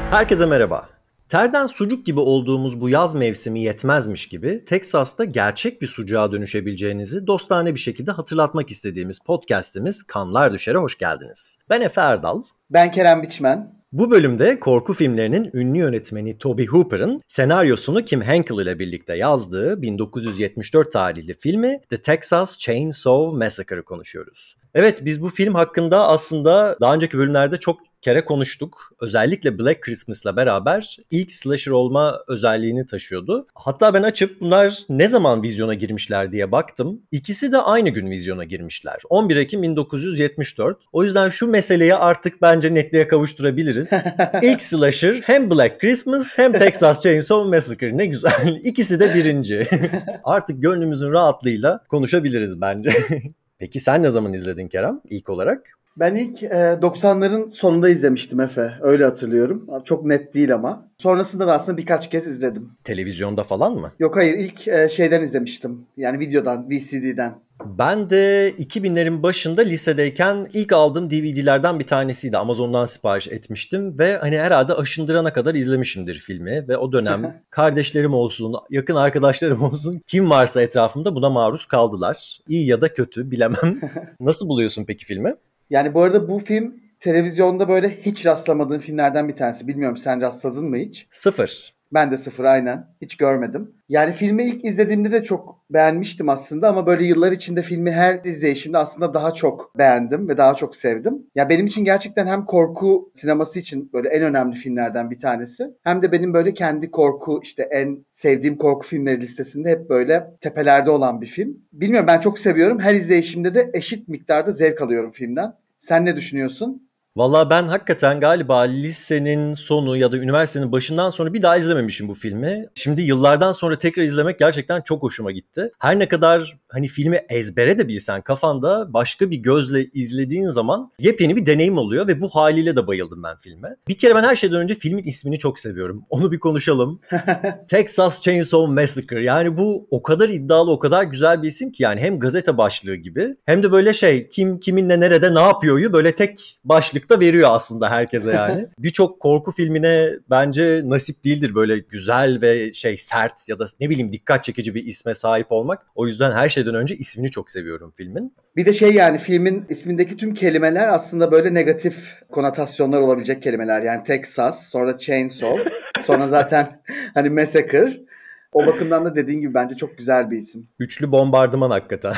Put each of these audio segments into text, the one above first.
Herkese merhaba. Terden sucuk gibi olduğumuz bu yaz mevsimi yetmezmiş gibi Teksas'ta gerçek bir sucuğa dönüşebileceğinizi dostane bir şekilde hatırlatmak istediğimiz podcast'imiz Kanlar Düşer'e hoş geldiniz. Ben Efe Erdal. Ben Kerem Biçmen. Bu bölümde korku filmlerinin ünlü yönetmeni Tobe Hooper'ın senaryosunu Kim Henkel ile birlikte yazdığı 1974 tarihli filmi The Texas Chainsaw Massacre'ı konuşuyoruz. Evet, biz bu film hakkında aslında daha önceki bölümlerde çok kere konuştuk. Özellikle Black Christmas'la beraber ilk slasher olma özelliğini taşıyordu. Hatta ben açıp bunlar ne zaman vizyona girmişler diye baktım. İkisi de aynı gün vizyona girmişler. 11 Ekim 1974. O yüzden şu meseleyi artık bence netliğe kavuşturabiliriz. İlk slasher hem Black Christmas hem Texas Chainsaw Massacre. Ne güzel. İkisi de birinci. Artık gönlümüzün rahatlığıyla konuşabiliriz bence. Peki sen ne zaman izledin Kerem ilk olarak? Ben ilk 90'ların sonunda izlemiştim Efe. Öyle hatırlıyorum. Çok net değil ama. Sonrasında da aslında birkaç kez izledim. Televizyonda falan mı? Yok hayır ilk şeyden izlemiştim. Yani videodan, VCD'den. Ben de 2000'lerin başında lisedeyken ilk aldığım DVD'lerden bir tanesiydi. Amazon'dan sipariş etmiştim ve hani herhalde aşındırana kadar izlemişimdir filmi. Ve o dönem kardeşlerim olsun, yakın arkadaşlarım olsun kim varsa etrafımda buna maruz kaldılar. İyi ya da kötü bilemem. Nasıl buluyorsun peki filmi? Yani bu arada bu film televizyonda böyle hiç rastlamadığım filmlerden bir tanesi. Bilmiyorum sen rastladın mı hiç? Sıfır. Ben de sıfır aynen. Hiç görmedim. Yani filmi ilk izlediğimde de çok beğenmiştim aslında ama böyle yıllar içinde filmi her izleyişimde aslında daha çok beğendim ve daha çok sevdim. Ya benim için gerçekten hem korku sineması için böyle en önemli filmlerden bir tanesi. Hem de benim böyle kendi korku işte en sevdiğim korku filmleri listesinde hep böyle tepelerde olan bir film. Bilmiyorum ben çok seviyorum. Her izleyişimde de eşit miktarda zevk alıyorum filmden. Sen ne düşünüyorsun? Valla ben hakikaten galiba lisenin sonu ya da üniversitenin başından sonra bir daha izlememişim bu filmi. Şimdi yıllardan sonra tekrar izlemek gerçekten çok hoşuma gitti. Her ne kadar hani filmi ezbere de bilsen kafanda başka bir gözle izlediğin zaman yepyeni bir deneyim oluyor ve bu haliyle de bayıldım ben filme. Bir kere ben her şeyden önce filmin ismini çok seviyorum. Onu bir konuşalım. Texas Chainsaw Massacre. Yani bu o kadar iddialı, o kadar güzel bir isim ki yani hem gazete başlığı gibi hem de böyle kim kiminle nerede ne yapıyor'yu böyle tek başlıkta veriyor aslında herkese yani. Birçok korku filmine bence nasip değildir böyle güzel ve sert ya da ne bileyim dikkat çekici bir isme sahip olmak. O yüzden her şeyden önce ismini çok seviyorum filmin. Bir de şey yani filmin ismindeki tüm kelimeler aslında böyle negatif konotasyonlar olabilecek kelimeler. Yani Texas, sonra Chainsaw, sonra zaten hani Massacre. O bakımdan da dediğin gibi bence çok güzel bir isim. Üçlü bombardıman hakikaten.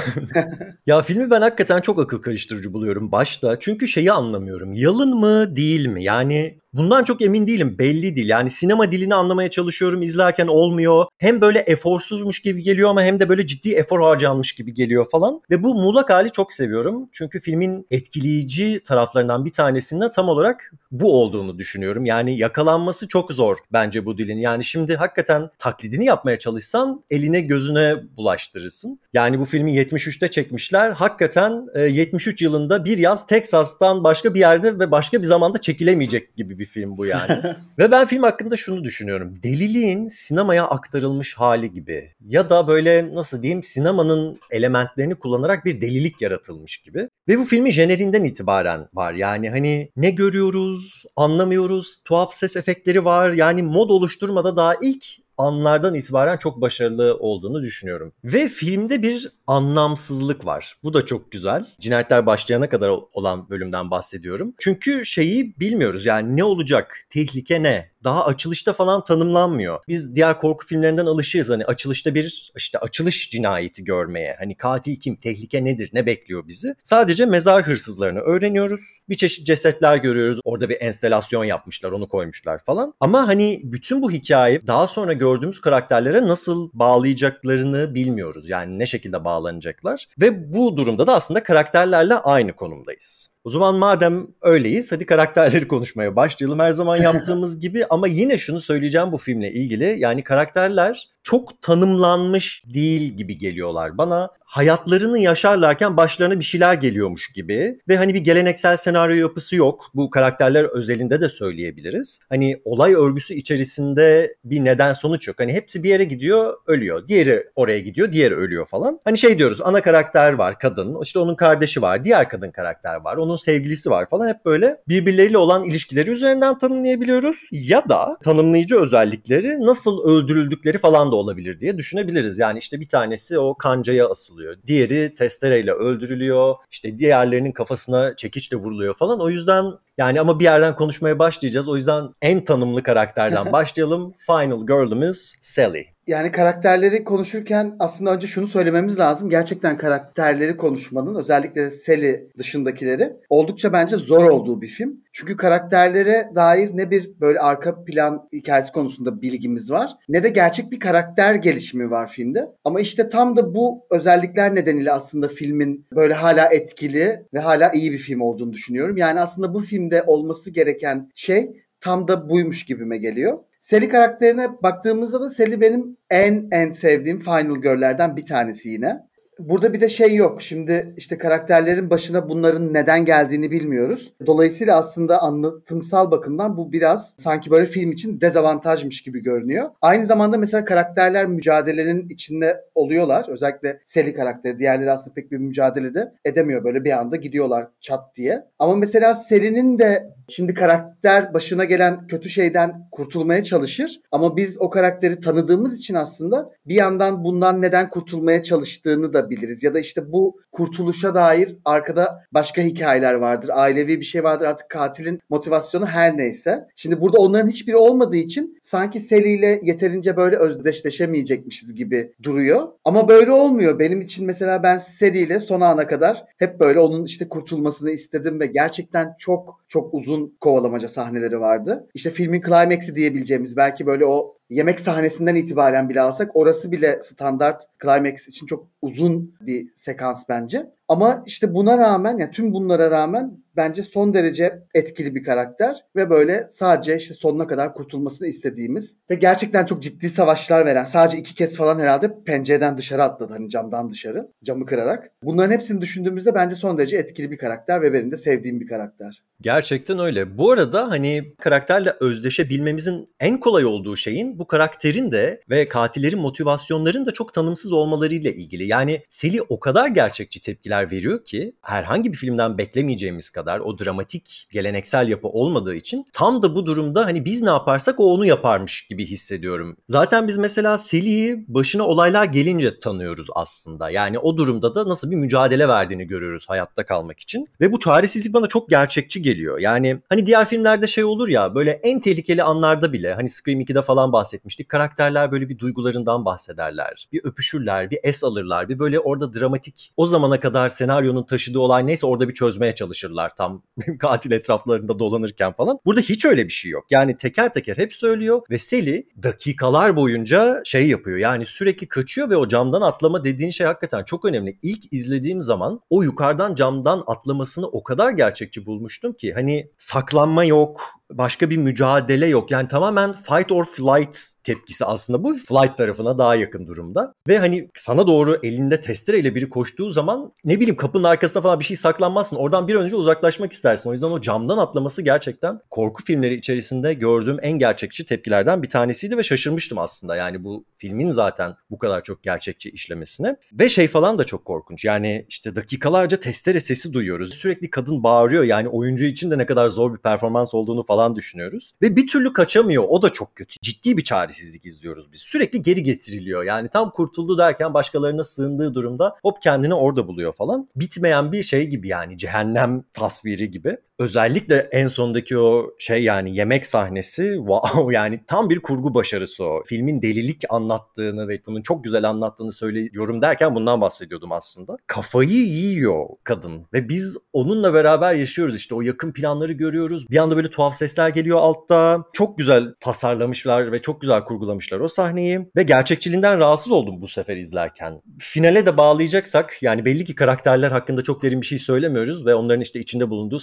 Ya filmi ben hakikaten çok akıl karıştırıcı buluyorum başta. Çünkü şeyi anlamıyorum. Yalın mı değil mi? Yani bundan çok emin değilim. Belli değil. Yani sinema dilini anlamaya çalışıyorum. İzlerken olmuyor. Hem böyle eforsuzmuş gibi geliyor ama hem de böyle ciddi efor harcanmış gibi geliyor falan. Ve bu muğlak hali çok seviyorum. Çünkü filmin etkileyici taraflarından bir tanesinde tam olarak bu olduğunu düşünüyorum. Yani yakalanması çok zor bence bu dilin. Yani şimdi hakikaten taklidini yapmaya çalışsan eline gözüne bulaştırırsın. Yani bu filmi 73'te çekmişler. Hakikaten 73 yılında bir yaz Texas'tan başka bir yerde ve başka bir zamanda çekilemeyecek gibi bir film bu yani. Ve ben film hakkında şunu düşünüyorum. Deliliğin sinemaya aktarılmış hali gibi ya da böyle nasıl diyeyim sinemanın elementlerini kullanarak bir delilik yaratılmış gibi. Ve bu filmin jeneriğinden itibaren var. Yani hani ne görüyoruz, anlamıyoruz, tuhaf ses efektleri var. Yani mod oluşturmada daha ilk anlardan itibaren çok başarılı olduğunu düşünüyorum. Ve filmde bir anlamsızlık var. Bu da çok güzel. Cinayetler başlayana kadar olan bölümden bahsediyorum. Çünkü şeyi bilmiyoruz yani ne olacak, tehlike ne? Daha açılışta falan tanımlanmıyor. Biz diğer korku filmlerinden alışığız hani açılışta bir işte açılış cinayeti görmeye. Hani katil kim, tehlike nedir, ne bekliyor bizi? Sadece mezar hırsızlarını öğreniyoruz. Bir çeşit cesetler görüyoruz. Orada bir enstelasyon yapmışlar, onu koymuşlar falan. Ama hani bütün bu hikaye daha sonra gördüğümüz karakterlere nasıl bağlayacaklarını bilmiyoruz. Yani ne şekilde bağlanacaklar. Ve bu durumda da aslında karakterlerle aynı konumdayız. O zaman madem öyleyiz hadi karakterleri konuşmaya başlayalım her zaman yaptığımız gibi ama yine şunu söyleyeceğim bu filmle ilgili yani karakterler çok tanımlanmış değil gibi geliyorlar. Bana hayatlarını yaşarlarken başlarına bir şeyler geliyormuş gibi ve hani bir geleneksel senaryo yapısı yok. Bu karakterler özelinde de söyleyebiliriz. Hani olay örgüsü içerisinde bir neden sonuç yok. Hani hepsi bir yere gidiyor, ölüyor. Diğeri oraya gidiyor, diğeri ölüyor falan. Hani şey diyoruz, ana karakter var, kadın. İşte onun kardeşi var, diğer kadın karakter var. Onun sevgilisi var falan. Hep böyle birbirleriyle olan ilişkileri üzerinden tanımlayabiliyoruz. Ya da tanımlayıcı özellikleri nasıl öldürüldükleri falan da olabilir diye düşünebiliriz. Yani işte bir tanesi o kancaya asılıyor. Diğeri testereyle öldürülüyor. İşte diğerlerinin kafasına çekiçle vuruluyor falan. O yüzden yani ama bir yerden konuşmaya başlayacağız. O yüzden en tanımlı karakterden başlayalım. Final Girl'ümüz Sally. Yani karakterleri konuşurken aslında önce şunu söylememiz lazım. Gerçekten karakterleri konuşmanın, özellikle Sally dışındakileri, oldukça bence zor olduğu bir film. Çünkü karakterlere dair ne bir böyle arka plan hikayesi konusunda bilgimiz var, ne de gerçek bir karakter gelişimi var filmde. Ama işte tam da bu özellikler nedeniyle aslında filmin böyle hala etkili ve hala iyi bir film olduğunu düşünüyorum. Yani aslında bu filmde olması gereken şey tam da buymuş gibime geliyor. Sally karakterine baktığımızda da Sally benim en sevdiğim Final Girl'lerden bir tanesi yine. Burada bir de şey yok. Şimdi işte karakterlerin başına bunların neden geldiğini bilmiyoruz. Dolayısıyla aslında anlatımsal bakımdan bu biraz sanki böyle film için dezavantajmış gibi görünüyor. Aynı zamanda mesela karakterler mücadelenin içinde oluyorlar. Özellikle Sally karakteri. Diğerleri aslında pek bir mücadelede edemiyor. Böyle bir anda gidiyorlar çat diye. Ama mesela Sally'nin de şimdi karakter başına gelen kötü şeyden kurtulmaya çalışır. Ama biz o karakteri tanıdığımız için aslında bir yandan bundan neden kurtulmaya çalıştığını da biliriz. Ya da işte bu kurtuluşa dair arkada başka hikayeler vardır. Ailevi bir şey vardır. Artık katilin motivasyonu her neyse. Şimdi burada onların hiçbiri olmadığı için sanki Sally ile yeterince böyle özdeşleşemeyecekmişiz gibi duruyor. Ama böyle olmuyor. Benim için mesela ben Sally ile son ana kadar hep böyle onun işte kurtulmasını istedim ve gerçekten çok çok uzun kovalamaca sahneleri vardı. İşte filmin climax'i diyebileceğimiz, belki böyle o yemek sahnesinden itibaren bile alsak, orası bile standart climax için çok uzun bir sekans bence. Ama işte buna rağmen, yani tüm bunlara rağmen bence son derece etkili bir karakter ve böyle sadece işte sonuna kadar kurtulmasını istediğimiz ve gerçekten çok ciddi savaşlar veren, sadece 2 kez falan herhalde pencereden dışarı atladı, hani camdan dışarı, camı kırarak. Bunların hepsini düşündüğümüzde bence son derece etkili bir karakter ve benim de sevdiğim bir karakter. Gerçekten öyle. Bu arada hani karakterle özdeşebilmemizin en kolay olduğu şeyin bu karakterin de ve katillerin motivasyonlarının da çok tanımsız olmalarıyla ilgili. Yani Sally o kadar gerçekçi tepkiler veriyor ki herhangi bir filmden beklemeyeceğimiz kadar o dramatik geleneksel yapı olmadığı için tam da bu durumda hani biz ne yaparsak o onu yaparmış gibi hissediyorum. Zaten biz mesela Sally'yi başına olaylar gelince tanıyoruz aslında. Yani o durumda da nasıl bir mücadele verdiğini görüyoruz hayatta kalmak için. Ve bu çaresizlik bana çok gerçekçi geliyor. Yani hani diğer filmlerde şey olur ya, böyle en tehlikeli anlarda bile, hani Scream 2'de falan bahsetmiştik, karakterler böyle bir duygularından bahsederler. Bir öpüşürler, bir es alırlar, bir böyle orada dramatik, o zamana kadar senaryonun taşıdığı olay neyse orada bir çözmeye çalışırlar tam katil etraflarında dolanırken falan. Burada hiç öyle bir şey yok. Yani teker teker hep söylüyor ve Sally dakikalar boyunca şey yapıyor. Yani sürekli kaçıyor ve o camdan atlama dediğin şey hakikaten çok önemli. İlk izlediğim zaman o yukarıdan camdan atlamasını o kadar gerçekçi bulmuştum ki hani saklanma yok, başka bir mücadele yok. Yani tamamen fight or flight tepkisi aslında. Bu flight tarafına daha yakın durumda. Ve hani sana doğru elinde testereyle biri koştuğu zaman ne bileyim kapının arkasına falan bir şey saklanmazsın. Oradan bir an önce uzaklaşmak istersin. O yüzden o camdan atlaması gerçekten korku filmleri içerisinde gördüğüm en gerçekçi tepkilerden bir tanesiydi ve şaşırmıştım aslında. Yani bu filmin zaten bu kadar çok gerçekçi işlemesine. Ve şey falan da çok korkunç. Yani işte dakikalarca testere sesi duyuyoruz. Sürekli kadın bağırıyor. Yani oyuncu için de ne kadar zor bir performans olduğunu falan düşünüyoruz. Ve bir türlü kaçamıyor. O da çok kötü. Ciddi bir çaresizlik izliyoruz biz. Sürekli geri getiriliyor. Yani tam kurtuldu derken başkalarına sığındığı durumda hop kendini orada buluyor falan. Bitmeyen bir şey gibi, yani cehennem tasviri gibi. Özellikle en sondaki o şey, yani yemek sahnesi, wow, yani tam bir kurgu başarısı o. Filmin delilik anlattığını ve bunun çok güzel anlattığını söylüyorum derken bundan bahsediyordum aslında. Kafayı yiyor kadın ve biz onunla beraber yaşıyoruz, işte o yakın planları görüyoruz. Bir anda böyle tuhaf sesler geliyor altta. Çok güzel tasarlamışlar ve çok güzel kurgulamışlar o sahneyi ve gerçekçiliğinden rahatsız oldum bu sefer izlerken. Finale de bağlayacaksak, yani belli ki karakterler hakkında çok derin bir şey söylemiyoruz ve onların işte içinde bulunduğu sahneler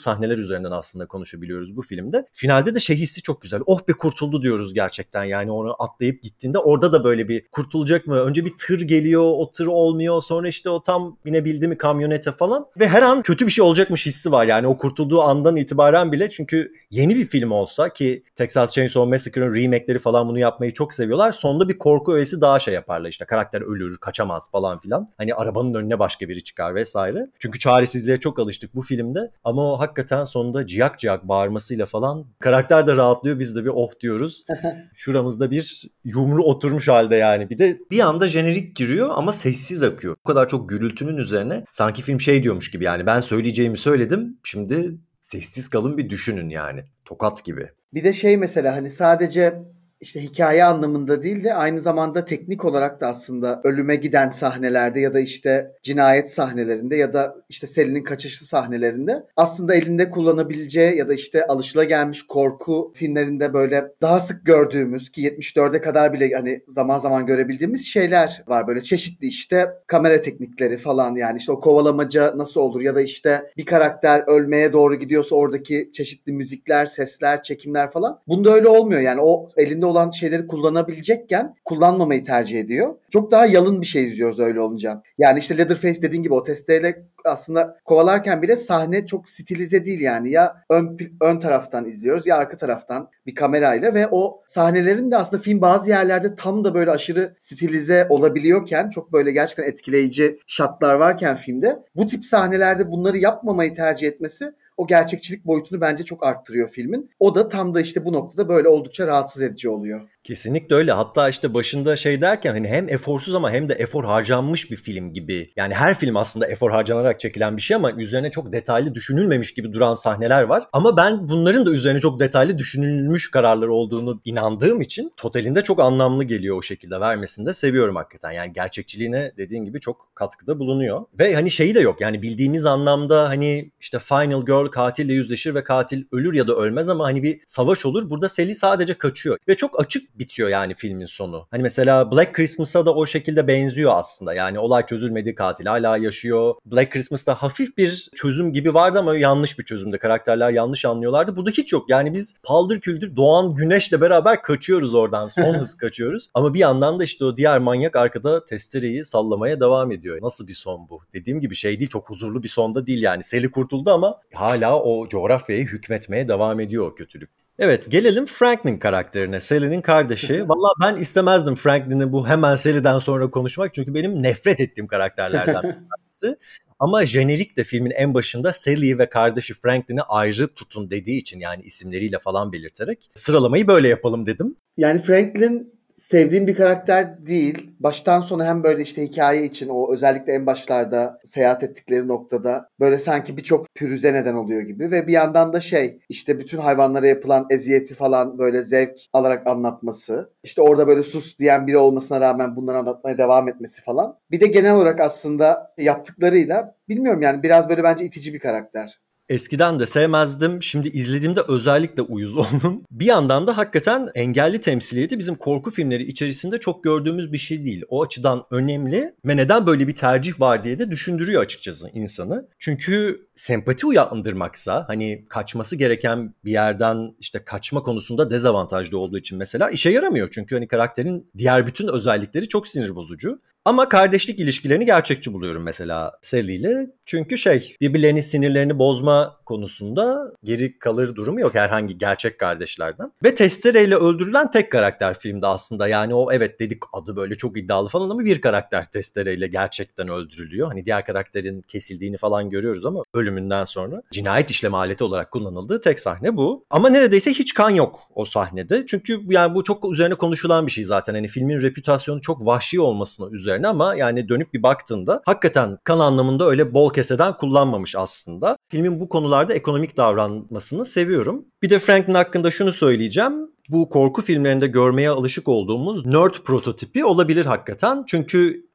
üzerinden aslında konuşabiliyoruz bu filmde. Finalde de şey hissi çok güzel. Oh be kurtuldu diyoruz gerçekten yani onu atlayıp gittiğinde. Orada da böyle bir kurtulacak mı? Önce bir tır geliyor, o tır olmuyor. Sonra işte o tam binebildi mi kamyonete falan. Ve her an kötü bir şey olacakmış hissi var yani o kurtulduğu andan itibaren bile. Çünkü yeni bir film olsa ki Texas Chainsaw Massacre'ın remake'leri falan bunu yapmayı çok seviyorlar. Sonunda bir korku öğesi daha şey yaparlar işte. Karakter ölür, kaçamaz falan filan. Hani arabanın önüne başka biri çıkar vesaire. Çünkü çaresizliğe çok alıştık bu filmde. Ama o hakikaten sonunda ciyak ciyak bağırmasıyla falan karakter de rahatlıyor. Biz de bir oh diyoruz. Şuramızda bir yumru oturmuş halde yani. Bir de bir anda jenerik giriyor ama sessiz akıyor. Bu kadar çok gürültünün üzerine sanki film şey diyormuş gibi yani ben söyleyeceğimi söyledim. Şimdi sessiz kalın bir düşünün yani. Tokat gibi. Bir de şey mesela hani sadece işte hikaye anlamında değil de aynı zamanda teknik olarak da aslında ölüme giden sahnelerde ya da işte cinayet sahnelerinde ya da işte Sally'nin kaçışı sahnelerinde aslında elinde kullanabileceği ya da işte alışılagelmiş korku filmlerinde böyle daha sık gördüğümüz ki 74'e kadar bile hani zaman zaman görebildiğimiz şeyler var. Böyle çeşitli işte kamera teknikleri falan yani işte o kovalamaca nasıl olur ya da işte bir karakter ölmeye doğru gidiyorsa oradaki çeşitli müzikler, sesler, çekimler falan. Bunda öyle olmuyor yani o elinde olan şeyleri kullanabilecekken kullanmamayı tercih ediyor. Çok daha yalın bir şey izliyoruz öyle olunca. Yani işte Leatherface dediğin gibi o testereyle aslında kovalarken bile sahne çok stilize değil yani. Ya ön taraftan izliyoruz ya arka taraftan bir kamerayla ve o sahnelerin de aslında film bazı yerlerde tam da böyle aşırı stilize olabiliyorken çok böyle gerçekten etkileyici şatlar varken filmde bu tip sahnelerde bunları yapmamayı tercih etmesi o gerçekçilik boyutunu bence çok arttırıyor filmin. O da tam da işte bu noktada böyle oldukça rahatsız edici oluyor. Kesinlikle öyle. Hatta işte başında şey derken hani hem eforsuz ama hem de efor harcanmış bir film gibi. Yani her film aslında efor harcanarak çekilen bir şey ama üzerine çok detaylı düşünülmemiş gibi duran sahneler var. Ama ben bunların da üzerine çok detaylı düşünülmüş kararlar olduğunu inandığım için totalinde çok anlamlı geliyor o şekilde vermesini de seviyorum hakikaten. Yani gerçekçiliğine dediğin gibi çok katkıda bulunuyor. Ve hani şeyi de yok yani bildiğimiz anlamda hani işte Final Girl katille yüzleşir ve katil ölür ya da ölmez ama hani bir savaş olur. Burada Sally sadece kaçıyor. Ve çok açık bitiyor yani filmin sonu. Hani mesela Black Christmas'a da o şekilde benziyor aslında. Yani olay çözülmedi, katil hala yaşıyor. Black Christmas'ta hafif bir çözüm gibi vardı ama yanlış bir çözümde. Karakterler yanlış anlıyorlardı. Burada hiç yok. Yani biz paldır küldür doğan güneşle beraber kaçıyoruz oradan. Son hız kaçıyoruz. Ama bir yandan da işte o diğer manyak arkada testereyi sallamaya devam ediyor. Nasıl bir son bu? Dediğim gibi şey değil, çok huzurlu bir sonda değil yani. Sally kurtuldu ama hala o coğrafyaya hükmetmeye devam ediyor o kötülük. Evet, gelelim Franklin karakterine. Sally'nin kardeşi. Valla ben istemezdim Franklin'i bu hemen Sally'den sonra konuşmak. Çünkü benim nefret ettiğim karakterlerden bir tanesi. Ama jenerik de filmin en başında Sally ve kardeşi Franklin'i ayrı tutun dediği için yani isimleriyle falan belirterek sıralamayı böyle yapalım dedim. Yani Franklin sevdiğim bir karakter değil. Baştan sona hem böyle işte hikaye için o özellikle en başlarda seyahat ettikleri noktada böyle sanki birçok pürüze neden oluyor gibi ve bir yandan da şey işte bütün hayvanlara yapılan eziyeti falan böyle zevk alarak anlatması. İşte orada böyle sus diyen biri olmasına rağmen bunları anlatmaya devam etmesi falan. Bir de genel olarak aslında yaptıklarıyla bilmiyorum yani biraz böyle bence itici bir karakter. Eskiden de sevmezdim. Şimdi izlediğimde özellikle uyuz oldum. Bir yandan da hakikaten engelli temsiliyeti bizim korku filmleri içerisinde çok gördüğümüz bir şey değil. O açıdan önemli ve neden böyle bir tercih var diye de düşündürüyor açıkçası insanı. Çünkü sempati uyandırmaksa hani kaçması gereken bir yerden işte kaçma konusunda dezavantajlı olduğu için mesela işe yaramıyor. Çünkü hani karakterin diğer bütün özellikleri çok sinir bozucu. Ama kardeşlik ilişkilerini gerçekçi buluyorum mesela Sally ile. Çünkü birbirlerinin sinirlerini bozma konusunda geri kalır durumu yok herhangi gerçek kardeşlerden. Ve testereyle öldürülen tek karakter filmde aslında. Yani o evet dedik adı böyle çok iddialı falan ama bir karakter testereyle gerçekten öldürülüyor. Hani diğer karakterin kesildiğini falan görüyoruz ama ölümünden sonra cinayet işleme aleti olarak kullanıldığı tek sahne bu. Ama neredeyse hiç kan yok o sahnede. Çünkü yani bu çok üzerine konuşulan bir şey zaten. Hani filmin reputasyonu çok vahşi olmasına üzerine ama yani dönüp bir baktığında hakikaten kan anlamında öyle bol keseden kullanmamış aslında. Filmin bu konularda ekonomik davranmasını seviyorum. Bir de Franklin hakkında şunu söyleyeceğim. Bu korku filmlerinde görmeye alışık olduğumuz nerd prototipi olabilir hakikaten. Çünkü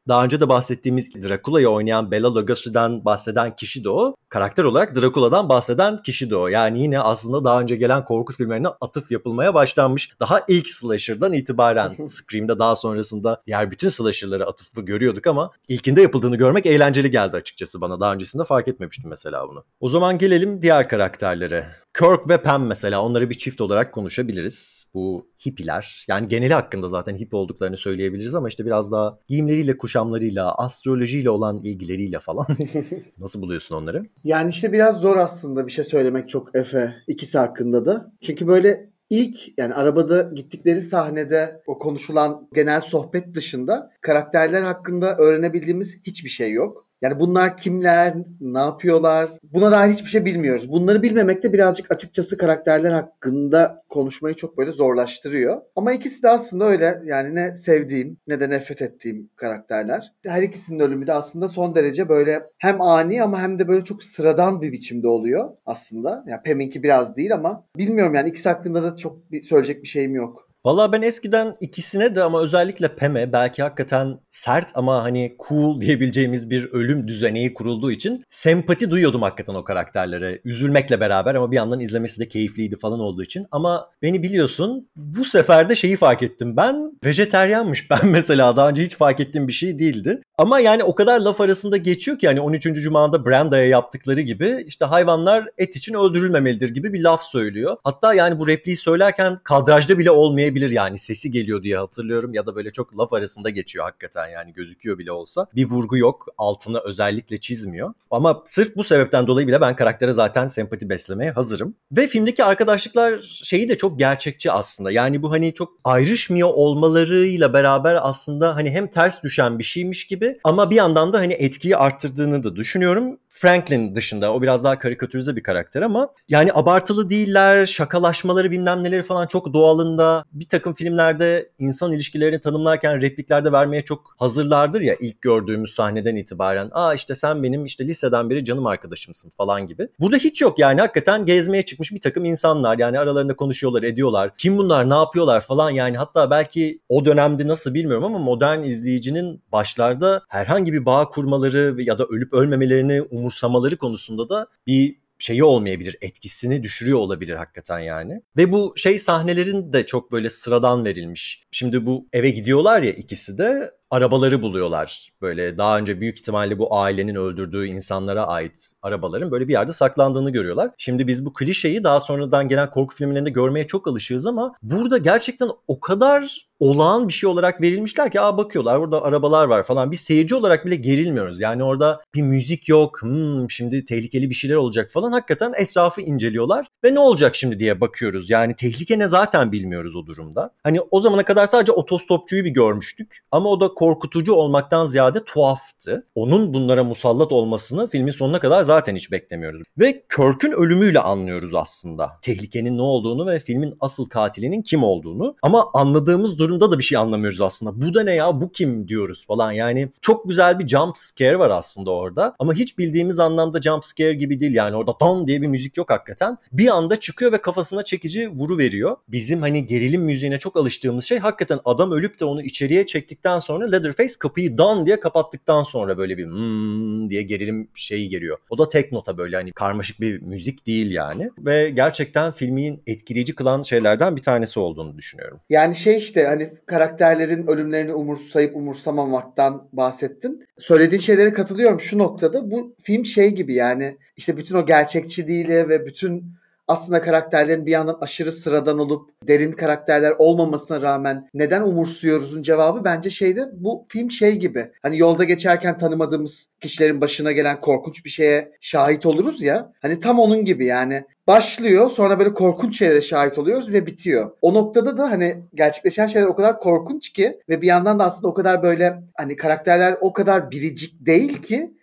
Daha önce de bahsettiğimiz Dracula'yı oynayan Bela Lugosi'den bahseden kişi de o. Karakter olarak Dracula'dan bahseden kişi de o. Yani yine aslında daha önce gelen korku filmlerine atıf yapılmaya başlanmış. Daha ilk slasher'dan itibaren Scream'de daha sonrasında diğer bütün slasher'lara atıfı görüyorduk ama ilkinde yapıldığını görmek eğlenceli geldi açıkçası bana. Daha öncesinde fark etmemiştim mesela bunu. O zaman gelelim diğer karakterlere. Kirk ve Pam mesela, onları bir çift olarak konuşabiliriz. Bu hippiler, yani geneli hakkında zaten hippie olduklarını söyleyebiliriz ama işte biraz daha giyimleriyle, kuşamlarıyla, astrolojiyle olan ilgileriyle falan. Nasıl buluyorsun onları? Yani işte biraz zor aslında bir şey söylemek çok Efe ikisi hakkında da. Çünkü böyle ilk yani arabada gittikleri sahnede o konuşulan genel sohbet dışında karakterler hakkında öğrenebildiğimiz hiçbir şey yok. Yani bunlar kimler, ne yapıyorlar? Buna dair hiçbir şey bilmiyoruz. Bunları bilmemek de birazcık açıkçası karakterler hakkında konuşmayı çok böyle zorlaştırıyor. Ama ikisi de aslında öyle yani ne sevdiğim ne de nefret ettiğim karakterler. Her ikisinin ölümü de aslında son derece böyle hem ani ama hem de böyle çok sıradan bir biçimde oluyor aslında. Ya Pam'inki biraz değil ama bilmiyorum yani ikisi hakkında da çok söyleyecek bir şeyim yok. Valla ben eskiden ikisine de ama özellikle Pam'e belki hakikaten sert ama hani cool diyebileceğimiz bir ölüm düzeneği kurulduğu için sempati duyuyordum hakikaten o karakterlere. Üzülmekle beraber ama bir yandan izlemesi de keyifliydi falan olduğu için. Ama beni biliyorsun, bu sefer de şeyi fark ettim. Ben vejeteryanmış. Ben mesela daha önce hiç fark ettiğim bir şey değildi. Ama yani o kadar laf arasında geçiyor ki hani 13. Cuma'da Branda'ya yaptıkları gibi işte hayvanlar et için öldürülmemelidir gibi bir laf söylüyor. Hatta yani bu repliği söylerken kadrajda bile olmayabilir, yani sesi geliyor diye hatırlıyorum ya da böyle çok laf arasında geçiyor hakikaten, yani gözüküyor bile olsa. Bir vurgu yok, altını özellikle çizmiyor. Ama sırf bu sebepten dolayı bile ben karaktere zaten sempati beslemeye hazırım. Ve filmdeki arkadaşlıklar şeyi de çok gerçekçi aslında. Yani bu hani çok ayrışmıyor olmalarıyla beraber aslında hani hem ters düşen bir şeymiş gibi ama bir yandan da hani etkiyi arttırdığını da düşünüyorum. Franklin dışında o biraz daha karikatürize bir karakter ama yani abartılı değiller, şakalaşmaları bilmem neleri falan çok doğalında. Bir takım filmlerde insan ilişkilerini tanımlarken repliklerde vermeye çok hazırlardır ya, ilk gördüğümüz sahneden itibaren. Aa işte sen benim işte liseden beri canım arkadaşımsın falan gibi. Burada hiç yok yani, hakikaten gezmeye çıkmış bir takım insanlar, yani aralarında konuşuyorlar ediyorlar. Kim bunlar, ne yapıyorlar falan, yani hatta belki o dönemde nasıl bilmiyorum ama modern izleyicinin başlarda herhangi bir bağ kurmaları ya da ölüp ölmemelerini umursamaları konusunda da bir şeyi olmayabilir, etkisini düşürüyor olabilir hakikaten yani. Ve bu şey sahnelerin de çok böyle sıradan verilmiş. Şimdi bu eve gidiyorlar ya, ikisi de arabaları buluyorlar. Böyle daha önce büyük ihtimalle bu ailenin öldürdüğü insanlara ait arabaların böyle bir yerde saklandığını görüyorlar. Şimdi biz bu klişeyi daha sonradan gelen korku filmlerinde görmeye çok alışığız ama burada gerçekten o kadar olağan bir şey olarak verilmişler ki bakıyorlar burada arabalar var falan. Biz seyirci olarak bile gerilmiyoruz. Yani orada bir müzik yok. Şimdi tehlikeli bir şeyler olacak falan. Hakikaten etrafı inceliyorlar ve ne olacak şimdi diye bakıyoruz. Yani tehlike ne zaten bilmiyoruz o durumda. Hani o zamana kadar sadece otostopçuyu bir görmüştük ama o da korkutucu olmaktan ziyade tuhaftı. Onun bunlara musallat olmasını filmin sonuna kadar zaten hiç beklemiyoruz. Ve Kirk'ün ölümüyle anlıyoruz aslında tehlikenin ne olduğunu ve filmin asıl katilinin kim olduğunu. Ama anladığımız durumda da bir şey anlamıyoruz aslında. Bu da ne ya, bu kim diyoruz falan. Yani çok güzel bir jump scare var aslında orada. Ama hiç bildiğimiz anlamda jump scare gibi değil. Yani orada tam diye bir müzik yok hakikaten. Bir anda çıkıyor ve kafasına çekici vuru veriyor. Bizim hani gerilim müziğine çok alıştığımız şey hakikaten adam ölüp de onu içeriye çektikten sonra Leatherface kapıyı dan diye kapattıktan sonra böyle bir diye gerilim şeyi geliyor. O da tek nota, böyle hani karmaşık bir müzik değil yani. Ve gerçekten filmin etkileyici kılan şeylerden bir tanesi olduğunu düşünüyorum. Yani şey işte hani karakterlerin ölümlerini umursayıp umursamamaktan bahsettin. Söylediğin şeylere katılıyorum şu noktada. Bu film şey gibi yani işte bütün o gerçekçiliğiyle ve bütün aslında karakterlerin bir yandan aşırı sıradan olup derin karakterler olmamasına rağmen neden umursuyoruzun cevabı bence şeyde, bu film şey gibi. Hani yolda geçerken tanımadığımız kişilerin başına gelen korkunç bir şeye şahit oluruz ya. Hani tam onun gibi yani. Başlıyor, sonra böyle korkunç şeylere şahit oluyoruz ve bitiyor. O noktada da hani gerçekleşen şeyler o kadar korkunç ki ve bir yandan da aslında o kadar böyle hani karakterler o kadar biricik değil ki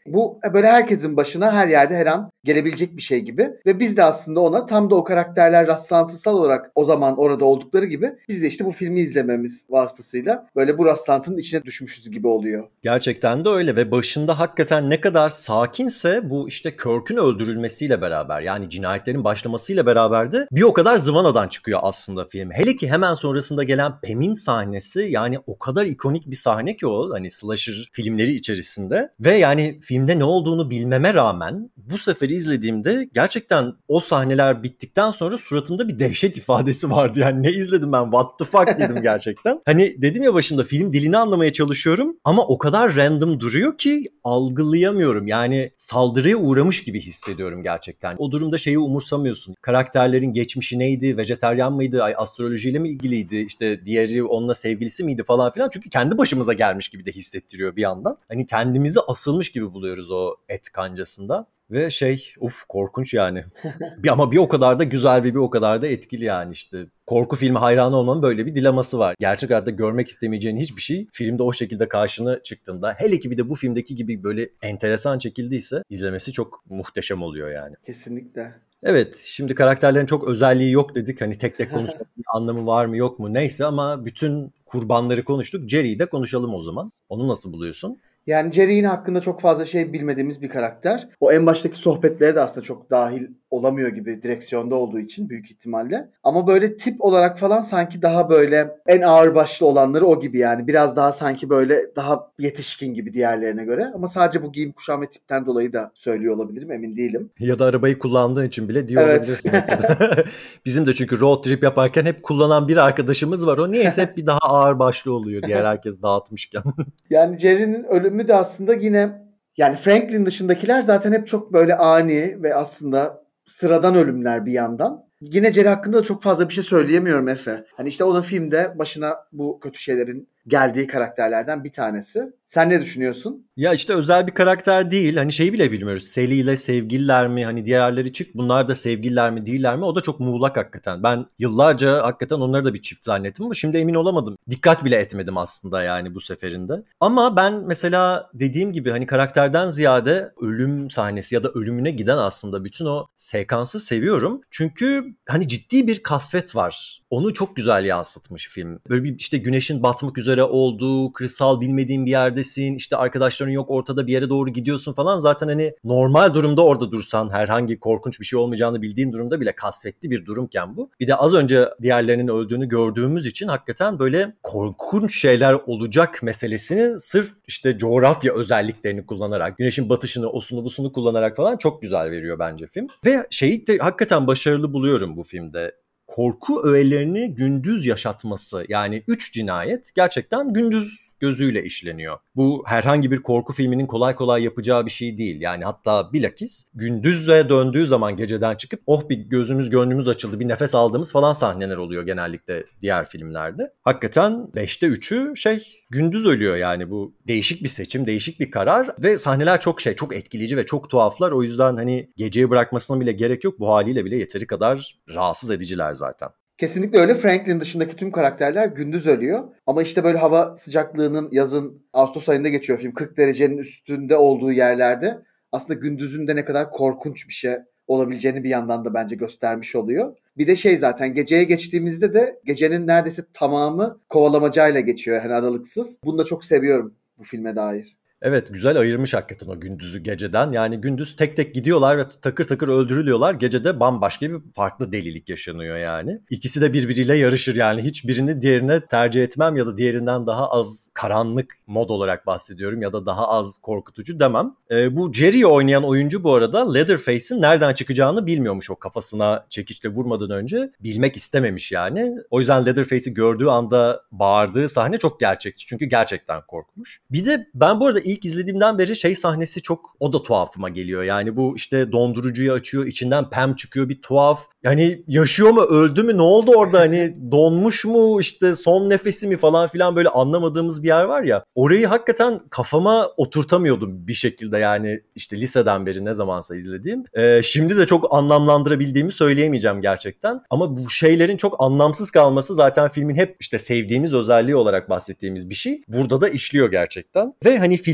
Bu böyle herkesin başına her yerde her an gelebilecek bir şey gibi. Ve biz de aslında ona tam da o karakterler rastlantısal olarak o zaman orada oldukları gibi biz de işte bu filmi izlememiz vasıtasıyla böyle bu rastlantının içine düşmüşüz gibi oluyor. Gerçekten de öyle ve başında hakikaten ne kadar sakinse bu işte Kirk'ün öldürülmesiyle beraber, yani cinayetlerin başlamasıyla beraber de bir o kadar zıvanadan çıkıyor aslında film. Hele ki hemen sonrasında gelen Pam'in sahnesi, yani o kadar ikonik bir sahne ki o, hani slasher filmleri içerisinde. Ve yani filmde ne olduğunu bilmeme rağmen bu seferi izlediğimde gerçekten o sahneler bittikten sonra suratımda bir dehşet ifadesi vardı. Yani ne izledim ben, what the fuck dedim gerçekten. Hani dedim ya başında, film dilini anlamaya çalışıyorum ama o kadar random duruyor ki algılayamıyorum. Yani saldırıya uğramış gibi hissediyorum gerçekten. O durumda şeyi umursamıyorsun. Karakterlerin geçmişi neydi? Vejeteryan mıydı? Ay, astrolojiyle mi ilgiliydi? İşte diğeri onunla sevgilisi miydi falan filan. Çünkü kendi başımıza gelmiş gibi de hissettiriyor bir yandan. Hani kendimizi asılmış gibi buluyoruz o et kancasında. Ve korkunç yani. Ama bir o kadar da güzel ve bir o kadar da etkili yani işte. Korku filmi hayranı olmanın böyle bir dileması var. Gerçek hayatta görmek istemeyeceğin hiçbir şey filmde o şekilde karşına çıktığında, hele ki bir de bu filmdeki gibi böyle enteresan çekildiyse, izlemesi çok muhteşem oluyor yani. Kesinlikle. Evet, şimdi karakterlerin çok özelliği yok dedik. Hani tek tek konuşmak bir anlamı var mı yok mu neyse, ama bütün kurbanları konuştuk. Jerry'yi de konuşalım o zaman. Onu nasıl buluyorsun? Yani Jerry hakkında çok fazla şey bilmediğimiz bir karakter. O en baştaki sohbetlere de aslında çok dahil olamıyor gibi, direksiyonda olduğu için büyük ihtimalle. Ama böyle tip olarak falan sanki daha böyle en ağırbaşlı olanları o gibi yani. Biraz daha sanki böyle daha yetişkin gibi diğerlerine göre. Ama sadece bu giyim kuşam ve tipten dolayı da söylüyor olabilirim, emin değilim. Ya da arabayı kullandığın için bile diyor Evet. olabilirsin hakikaten. Bizim de çünkü road trip yaparken hep kullanan bir arkadaşımız var. O niyeyse hep bir daha ağır başlı oluyor diğer herkes dağıtmışken. Yani Jerry'nin ölümü de aslında yine, yani Franklin dışındakiler zaten hep çok böyle ani ve aslında sıradan ölümler bir yandan. Yine Jerry hakkında da çok fazla bir şey söyleyemiyorum Efe. Hani işte o da filmde başına bu kötü şeylerin geldiği karakterlerden bir tanesi. Sen ne düşünüyorsun? Ya işte özel bir karakter değil. Hani şeyi bile bilmiyoruz. Sally ile sevgililer mi? Hani diğerleri çift. Bunlar da sevgililer mi değiller mi? O da çok muğlak hakikaten. Ben yıllarca hakikaten onları da bir çift zannettim ama şimdi emin olamadım. Dikkat bile etmedim aslında yani bu seferinde. Ama ben mesela dediğim gibi hani karakterden ziyade ölüm sahnesi ya da ölümüne giden aslında bütün o sekansı seviyorum. Çünkü hani ciddi bir kasvet var. Onu çok güzel yansıtmış film. Böyle bir işte güneşin batmak üzere olduğu, kırsal bilmediğin bir yerdesin. İşte arkadaşların yok, ortada bir yere doğru gidiyorsun falan. Zaten hani normal durumda orada dursan herhangi korkunç bir şey olmayacağını bildiğin durumda bile kasvetli bir durumken bu. Bir de az önce diğerlerinin öldüğünü gördüğümüz için hakikaten böyle korkunç şeyler olacak meselesini sırf işte coğrafya özelliklerini kullanarak, güneşin batışını, osunu busunu kullanarak falan çok güzel veriyor bence film. Ve şeyi de hakikaten başarılı buluyorum bu filmde. Korku öğelerini gündüz yaşatması, yani 3 cinayet gerçekten gündüz gözüyle işleniyor. Bu herhangi bir korku filminin kolay kolay yapacağı bir şey değil. Yani hatta bilakis gündüze döndüğü zaman geceden çıkıp oh bir gözümüz gönlümüz açıldı, bir nefes aldığımız falan sahneler oluyor genellikle diğer filmlerde. Hakikaten 5'te 3'ü gündüz ölüyor yani, bu değişik bir seçim, değişik bir karar ve sahneler çok etkileyici ve çok tuhaflar. O yüzden hani geceye bırakmasına bile gerek yok. Bu haliyle bile yeteri kadar rahatsız ediciler zaten. Kesinlikle öyle. Franklin dışındaki tüm karakterler gündüz ölüyor. Ama işte böyle hava sıcaklığının yazın Ağustos ayında geçiyor film. 40 derecenin üstünde olduğu yerlerde aslında gündüzün de ne kadar korkunç bir şey olabileceğini bir yandan da bence göstermiş oluyor. Bir de zaten geceye geçtiğimizde de gecenin neredeyse tamamı kovalamacayla geçiyor, yani aralıksız. Bunu da çok seviyorum bu filme dair. Evet, güzel ayırmış hakikaten o gündüzü geceden. Yani gündüz tek tek gidiyorlar ve takır takır öldürülüyorlar. Gecede bambaşka bir farklı delilik yaşanıyor yani. İkisi de birbiriyle yarışır yani. Hiçbirini diğerine tercih etmem ya da diğerinden daha az karanlık mod olarak bahsediyorum ya da daha az korkutucu demem. Bu Jerry'i oynayan oyuncu bu arada Leatherface'in nereden çıkacağını bilmiyormuş, o kafasına çekiçle vurmadan önce. Bilmek istememiş yani. O yüzden Leatherface'i gördüğü anda bağırdığı sahne çok gerçekçi. Çünkü gerçekten korkmuş. Bir de ben bu arada ilk izlediğimden beri sahnesi çok, o da tuhafıma geliyor. Yani bu işte dondurucuyu açıyor, içinden Pam çıkıyor, bir tuhaf. Yani yaşıyor mu, öldü mü, ne oldu orada, hani donmuş mu, işte son nefesi mi falan filan, böyle anlamadığımız bir yer var ya. Orayı hakikaten kafama oturtamıyordum bir şekilde yani, işte liseden beri ne zamansa izlediğim. Şimdi de çok anlamlandırabildiğimi söyleyemeyeceğim gerçekten. Ama bu şeylerin çok anlamsız kalması zaten filmin hep işte sevdiğimiz özelliği olarak bahsettiğimiz bir şey. Burada da işliyor gerçekten. Ve hani filmin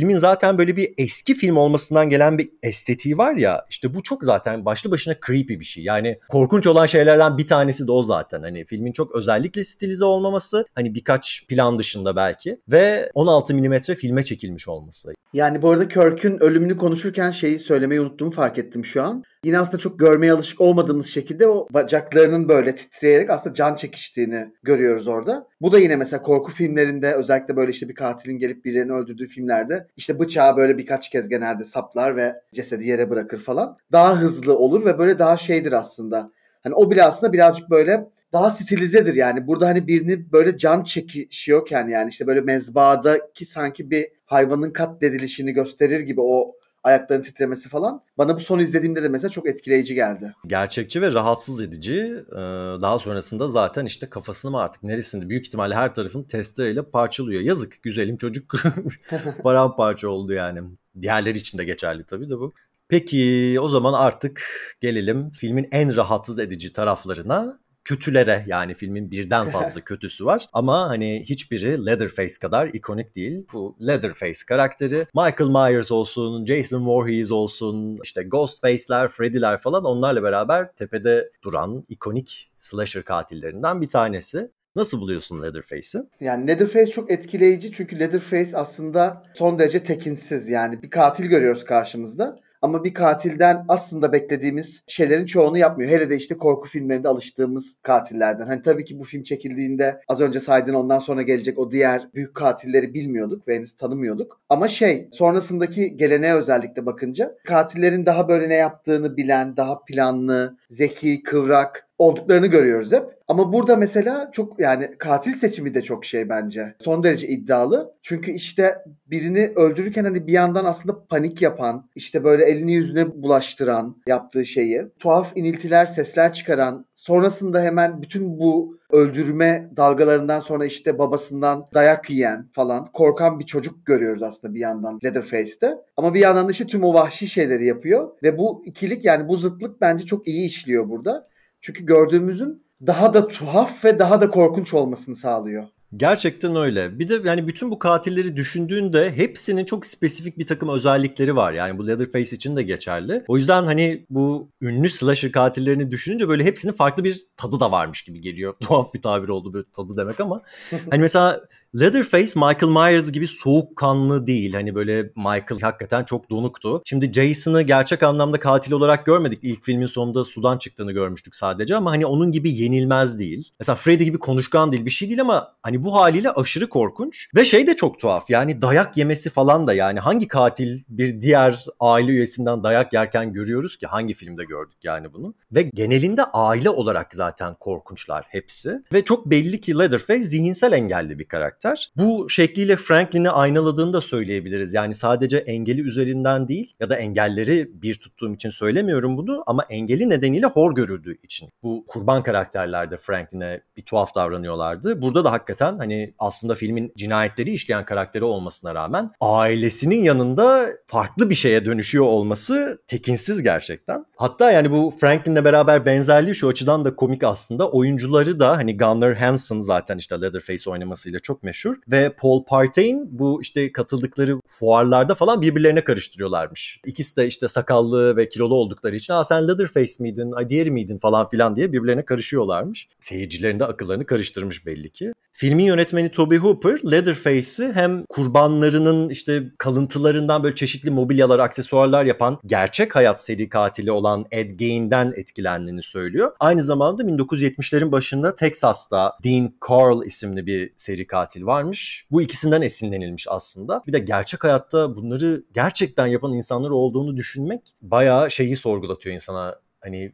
filmin zaten böyle bir eski film olmasından gelen bir estetiği var ya, işte bu çok zaten başlı başına creepy bir şey. Yani korkunç olan şeylerden bir tanesi de o zaten. Hani filmin çok özellikle stilize olmaması, hani birkaç plan dışında belki, ve 16 milimetre filme çekilmiş olması. Yani bu arada Kirk'ün ölümünü konuşurken şeyi söylemeyi unuttuğumu fark ettim şu an. Yine aslında çok görmeye alışık olmadığımız şekilde o bacaklarının böyle titreyerek aslında can çekiştiğini görüyoruz orada. Bu da yine mesela korku filmlerinde, özellikle böyle işte bir katilin gelip birilerini öldürdüğü filmlerde işte bıçağı böyle birkaç kez genelde saplar ve cesedi yere bırakır falan. Daha hızlı olur ve böyle daha şeydir aslında. Hani o bile aslında birazcık böyle daha stilizedir yani. Burada hani birini böyle can çekişiyorken, yani işte böyle mezbahadaki sanki bir hayvanın katledilişini gösterir gibi o ayakların titremesi falan. Bana bu son izlediğimde de mesela çok etkileyici geldi. Gerçekçi ve rahatsız edici. Daha sonrasında zaten işte kafasını mı artık neresinde, büyük ihtimalle her tarafını testereyle parçalıyor. Yazık, güzelim çocuk paramparça oldu yani. Diğerleri için de geçerli tabii de bu. Peki o zaman artık gelelim filmin en rahatsız edici taraflarına. Kötülere, yani filmin birden fazla kötüsü var ama hani hiçbiri Leatherface kadar ikonik değil. Bu Leatherface karakteri Michael Myers olsun, Jason Voorhees olsun, işte Ghostface'ler, Freddy'ler falan, onlarla beraber tepede duran ikonik slasher katillerinden bir tanesi. Nasıl buluyorsun Leatherface'i? Yani Leatherface çok etkileyici çünkü Leatherface aslında son derece tekinsiz. Yani bir katil görüyoruz karşımızda. Ama bir katilden aslında beklediğimiz şeylerin çoğunu yapmıyor. Hele de işte korku filmlerinde alıştığımız katillerden. Hani tabii ki bu film çekildiğinde az önce saydığın ondan sonra gelecek o diğer büyük katilleri bilmiyorduk ve henüz tanımıyorduk. Ama sonrasındaki geleneğe özellikle bakınca katillerin daha böyle ne yaptığını bilen, daha planlı, zeki, kıvrak olduklarını görüyoruz hep. Ama burada mesela çok, yani katil seçimi de çok bence. Son derece iddialı. Çünkü işte birini öldürürken hani bir yandan aslında panik yapan, işte böyle elini yüzüne bulaştıran, yaptığı şeyi, tuhaf iniltiler, sesler çıkaran, sonrasında hemen bütün bu öldürme dalgalarından sonra işte babasından dayak yiyen falan korkan bir çocuk görüyoruz aslında bir yandan Leatherface'te. Ama bir yandan da işte tüm o vahşi şeyleri yapıyor ve bu ikilik, yani bu zıtlık bence çok iyi işliyor burada. Çünkü gördüğümüzün daha da tuhaf ve daha da korkunç olmasını sağlıyor. Gerçekten öyle. Bir de yani bütün bu katilleri düşündüğünde hepsinin çok spesifik bir takım özellikleri var. Yani bu Leatherface için de geçerli. O yüzden hani bu ünlü slasher katillerini düşününce böyle hepsinin farklı bir tadı da varmış gibi geliyor. Tuhaf bir tabir oldu böyle tadı demek ama. Hani mesela Leatherface Michael Myers gibi soğukkanlı değil. Hani böyle Michael hakikaten çok donuktu. Şimdi Jason'ı gerçek anlamda katil olarak görmedik. İlk filmin sonunda sudan çıktığını görmüştük sadece ama hani onun gibi yenilmez değil. Mesela Freddy gibi konuşkan değil, bir şey değil ama hani bu haliyle aşırı korkunç. Ve de çok tuhaf, yani dayak yemesi falan da, yani hangi katil bir diğer aile üyesinden dayak yerken görüyoruz ki, hangi filmde gördük yani bunu. Ve genelinde aile olarak zaten korkunçlar hepsi. Ve çok belli ki Leatherface zihinsel engelli bir karakter. Bu şekliyle Franklin'i aynaladığını da söyleyebiliriz. Yani sadece engeli üzerinden değil, ya da engelleri bir tuttuğum için söylemiyorum bunu, ama engeli nedeniyle hor görüldüğü için. Bu kurban karakterlerde Franklin'e bir tuhaf davranıyorlardı. Burada da hakikaten hani aslında filmin cinayetleri işleyen karakteri olmasına rağmen ailesinin yanında farklı bir şeye dönüşüyor olması tekinsiz gerçekten. Hatta yani bu Franklin'le beraber benzerliği şu açıdan da komik aslında. Oyuncuları da hani Gunnar Hansen zaten işte Leatherface oynamasıyla çok meşhur ve Paul Partain bu işte katıldıkları fuarlarda falan birbirlerine karıştırıyorlarmış. İkisi de işte sakallı ve kilolu oldukları için sen Leatherface miydin, diğeri miydin falan filan diye birbirlerine karışıyorlarmış. Seyircilerin de akıllarını karıştırmış belli ki. Filmin yönetmeni Tobe Hooper, Leatherface'i hem kurbanlarının işte kalıntılarından böyle çeşitli mobilyalar, aksesuarlar yapan gerçek hayat seri katili olan Ed Gein'den etkilendiğini söylüyor. Aynı zamanda 1970'lerin başında Texas'ta Dean Carl isimli bir seri katil varmış. Bu ikisinden esinlenilmiş aslında. Bir de gerçek hayatta bunları gerçekten yapan insanlar olduğunu düşünmek bayağı sorgulatıyor insana. Hani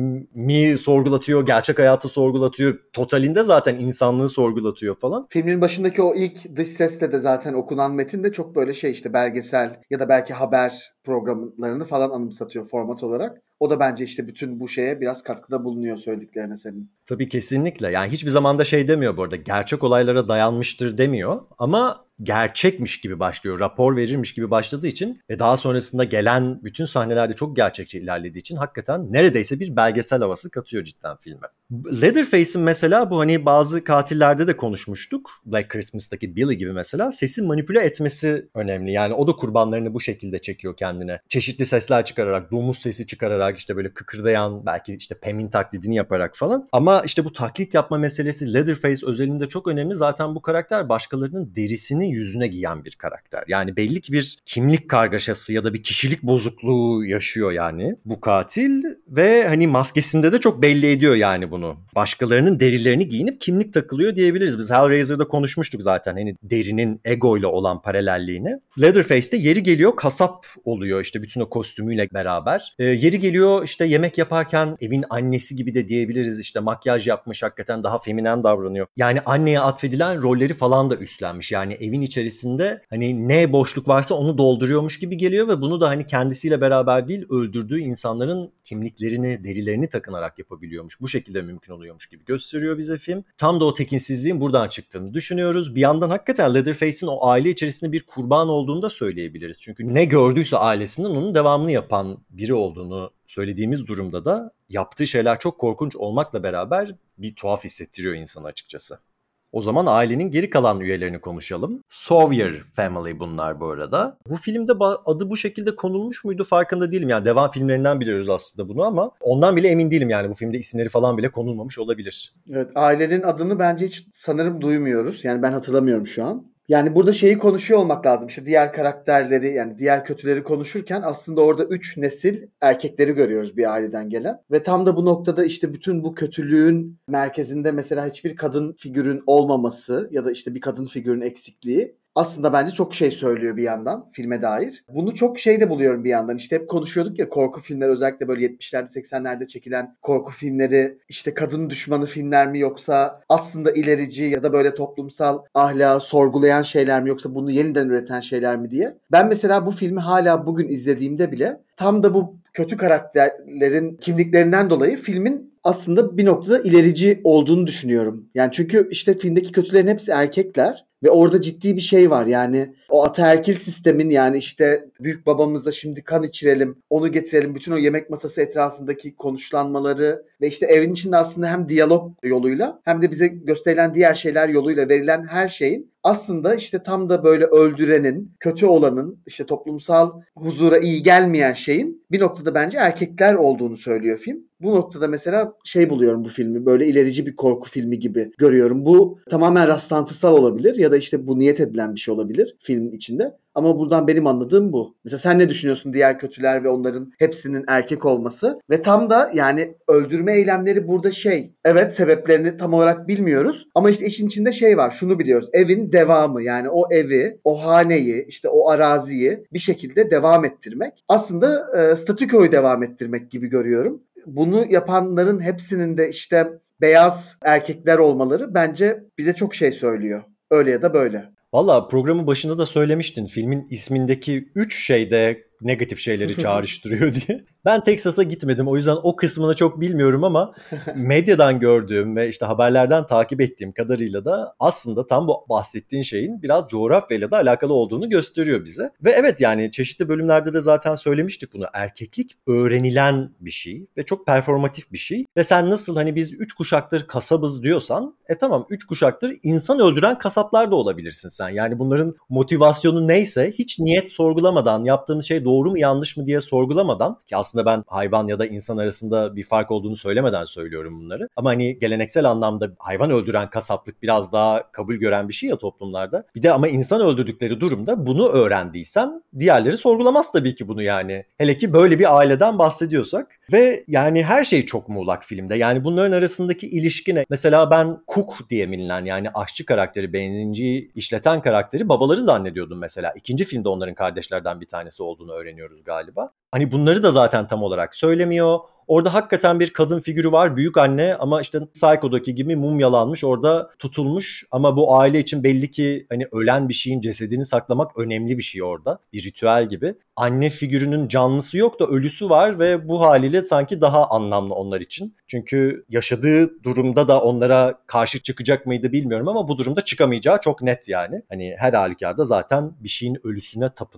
filmi sorgulatıyor, gerçek hayatı sorgulatıyor. Totalinde zaten insanlığı sorgulatıyor falan. Filmin başındaki o ilk dış sesle de zaten okunan metin de çok böyle işte belgesel ya da belki haber programlarını falan anımsatıyor format olarak. O da bence işte bütün bu şeye biraz katkıda bulunuyor söylediklerine senin. Tabii kesinlikle. Yani hiçbir zaman da demiyor bu arada. Gerçek olaylara dayanmıştır demiyor. Ama gerçekmiş gibi başlıyor. Rapor verirmiş gibi başladığı için ve daha sonrasında gelen bütün sahnelerde çok gerçekçi ilerlediği için hakikaten neredeyse bir belgesel havası katıyor cidden filme. Leatherface'in mesela bu hani bazı katillerde de konuşmuştuk. Black Christmas'taki Billy gibi mesela sesi manipüle etmesi önemli. Yani o da kurbanlarını bu şekilde çekiyor kendine. Çeşitli sesler çıkararak, domuz sesi çıkararak, işte böyle kıkırdayan, belki işte Pam'in taklidini yaparak falan. Ama işte bu taklit yapma meselesi Leatherface özelinde çok önemli. Zaten bu karakter başkalarının derisini yüzüne giyen bir karakter. Yani belli ki bir kimlik kargaşası ya da bir kişilik bozukluğu yaşıyor yani bu katil ve hani maskesinde de çok belli ediyor yani bunu. Başkalarının derilerini giyinip kimlik takılıyor diyebiliriz. Biz Hellraiser'da konuşmuştuk zaten hani derinin egoyla olan paralelliğini. Leatherface'de yeri geliyor kasap oluyor işte bütün o kostümüyle beraber. Yeri geliyor işte yemek yaparken evin annesi gibi de diyebiliriz. İşte makyaj yapmış, hakikaten daha feminen davranıyor. Yani anneye atfedilen rolleri falan da üstlenmiş. Yani evin içerisinde hani ne boşluk varsa onu dolduruyormuş gibi geliyor ve bunu da hani kendisiyle beraber değil, öldürdüğü insanların kimliklerini, derilerini takınarak yapabiliyormuş. Bu şekilde mümkün oluyormuş gibi gösteriyor bize film. Tam da o tekinsizliğin buradan çıktığını düşünüyoruz. Bir yandan hakikaten Leatherface'in o aile içerisinde bir kurban olduğunu da söyleyebiliriz. Çünkü ne gördüyse ailesinden onun devamını yapan biri olduğunu söylediğimiz durumda da yaptığı şeyler çok korkunç olmakla beraber bir tuhaf hissettiriyor insanı açıkçası. O zaman ailenin geri kalan üyelerini konuşalım. Sawyer Family bunlar bu arada. Bu filmde adı bu şekilde konulmuş muydu farkında değilim. Yani devam filmlerinden biliyoruz aslında bunu ama ondan bile emin değilim yani bu filmde isimleri falan bile konulmamış olabilir. Evet, ailenin adını bence hiç sanırım duymuyoruz. Yani ben hatırlamıyorum şu an. Yani burada şeyi konuşuyor olmak lazım. İşte diğer karakterleri yani diğer kötüleri konuşurken aslında orada 3 nesil erkekleri görüyoruz bir aileden gelen. Ve tam da bu noktada işte bütün bu kötülüğün merkezinde mesela hiçbir kadın figürün olmaması ya da işte bir kadın figürün eksikliği aslında bence çok şey söylüyor bir yandan filme dair. Bunu çok şeyde buluyorum bir yandan. İşte hep konuşuyorduk ya korku filmleri özellikle böyle 70'lerde 80'lerde çekilen korku filmleri işte kadın düşmanı filmler mi yoksa aslında ilerici ya da böyle toplumsal ahlakı sorgulayan şeyler mi yoksa bunu yeniden üreten şeyler mi diye. Ben mesela bu filmi hala bugün izlediğimde bile tam da bu kötü karakterlerin kimliklerinden dolayı filmin aslında bir noktada ilerici olduğunu düşünüyorum. Yani çünkü işte filmdeki kötülerin hepsi erkekler ve orada ciddi bir şey var. Yani o ataerkil sistemin yani işte büyük babamızla şimdi kan içirelim, onu getirelim. Bütün o yemek masası etrafındaki konuşlanmaları ve işte evin içinde aslında hem diyalog yoluyla hem de bize gösterilen diğer şeyler yoluyla verilen her şeyin aslında işte tam da böyle öldürenin, kötü olanın, işte toplumsal huzura iyi gelmeyen şeyin bir noktada bence erkekler olduğunu söylüyor film. Bu noktada mesela şey buluyorum bu filmi böyle ilerici bir korku filmi gibi görüyorum. Bu tamamen rastlantısal olabilir ya da işte bu niyet edilen bir şey olabilir filmin içinde. Ama buradan benim anladığım bu. Mesela sen ne düşünüyorsun diğer kötüler ve onların hepsinin erkek olması? Ve tam da yani öldürme eylemleri burada şey. Evet sebeplerini tam olarak bilmiyoruz. Ama işte işin içinde şey var. Şunu biliyoruz. Evin devamı yani o evi, o haneyi, işte o araziyi bir şekilde devam ettirmek. Aslında statükoyu devam ettirmek gibi görüyorum. Bunu yapanların hepsinin de işte beyaz erkekler olmaları bence bize çok şey söylüyor. Öyle ya da böyle. Valla programın başında da söylemiştin filmin ismindeki 3 şeyde negatif şeyleri çağrıştırıyor diye. Ben Texas'a gitmedim o yüzden o kısmını çok bilmiyorum ama medyadan gördüğüm ve işte haberlerden takip ettiğim kadarıyla da aslında tam bu bahsettiğin şeyin biraz coğrafyayla da alakalı olduğunu gösteriyor bize. Ve evet yani çeşitli bölümlerde de zaten söylemiştik bunu. Erkeklik öğrenilen bir şey ve çok performatif bir şey. Ve sen nasıl hani biz 3 kuşaktır kasabız diyorsan tamam 3 kuşaktır insan öldüren kasaplar da olabilirsin sen. Yani bunların motivasyonu neyse hiç niyet sorgulamadan yaptığımız şey doğru mu yanlış mı diye sorgulamadan ki aslında ben hayvan ya da insan arasında bir fark olduğunu söylemeden söylüyorum bunları. Ama hani geleneksel anlamda hayvan öldüren kasaplık biraz daha kabul gören bir şey ya toplumlarda. Bir de ama insan öldürdükleri durumda bunu öğrendiysen diğerleri sorgulamaz tabii ki bunu yani. Hele ki böyle bir aileden bahsediyorsak. Ve yani her şey çok muğlak filmde. Yani bunların arasındaki ilişki ne? Mesela ben Cook diye bilinen yani aşçı karakteri, benzinciyi işleten karakteri babaları zannediyordum mesela. İkinci filmde onların kardeşlerden bir tanesi olduğunu öğreniyoruz galiba. Hani bunları da zaten tam olarak söylemiyor. Orada hakikaten bir kadın figürü var, büyük anne ama işte Psycho'daki gibi mumyalanmış, orada tutulmuş ama bu aile için belli ki hani ölen bir şeyin cesedini saklamak önemli bir şey orada. Bir ritüel gibi. Anne figürünün canlısı yok da ölüsü var ve bu haliyle sanki daha anlamlı onlar için. Çünkü yaşadığı durumda da onlara karşı çıkacak mıydı bilmiyorum ama bu durumda çıkamayacağı çok net yani. Hani her halükarda zaten bir şeyin ölüsüne tapınmak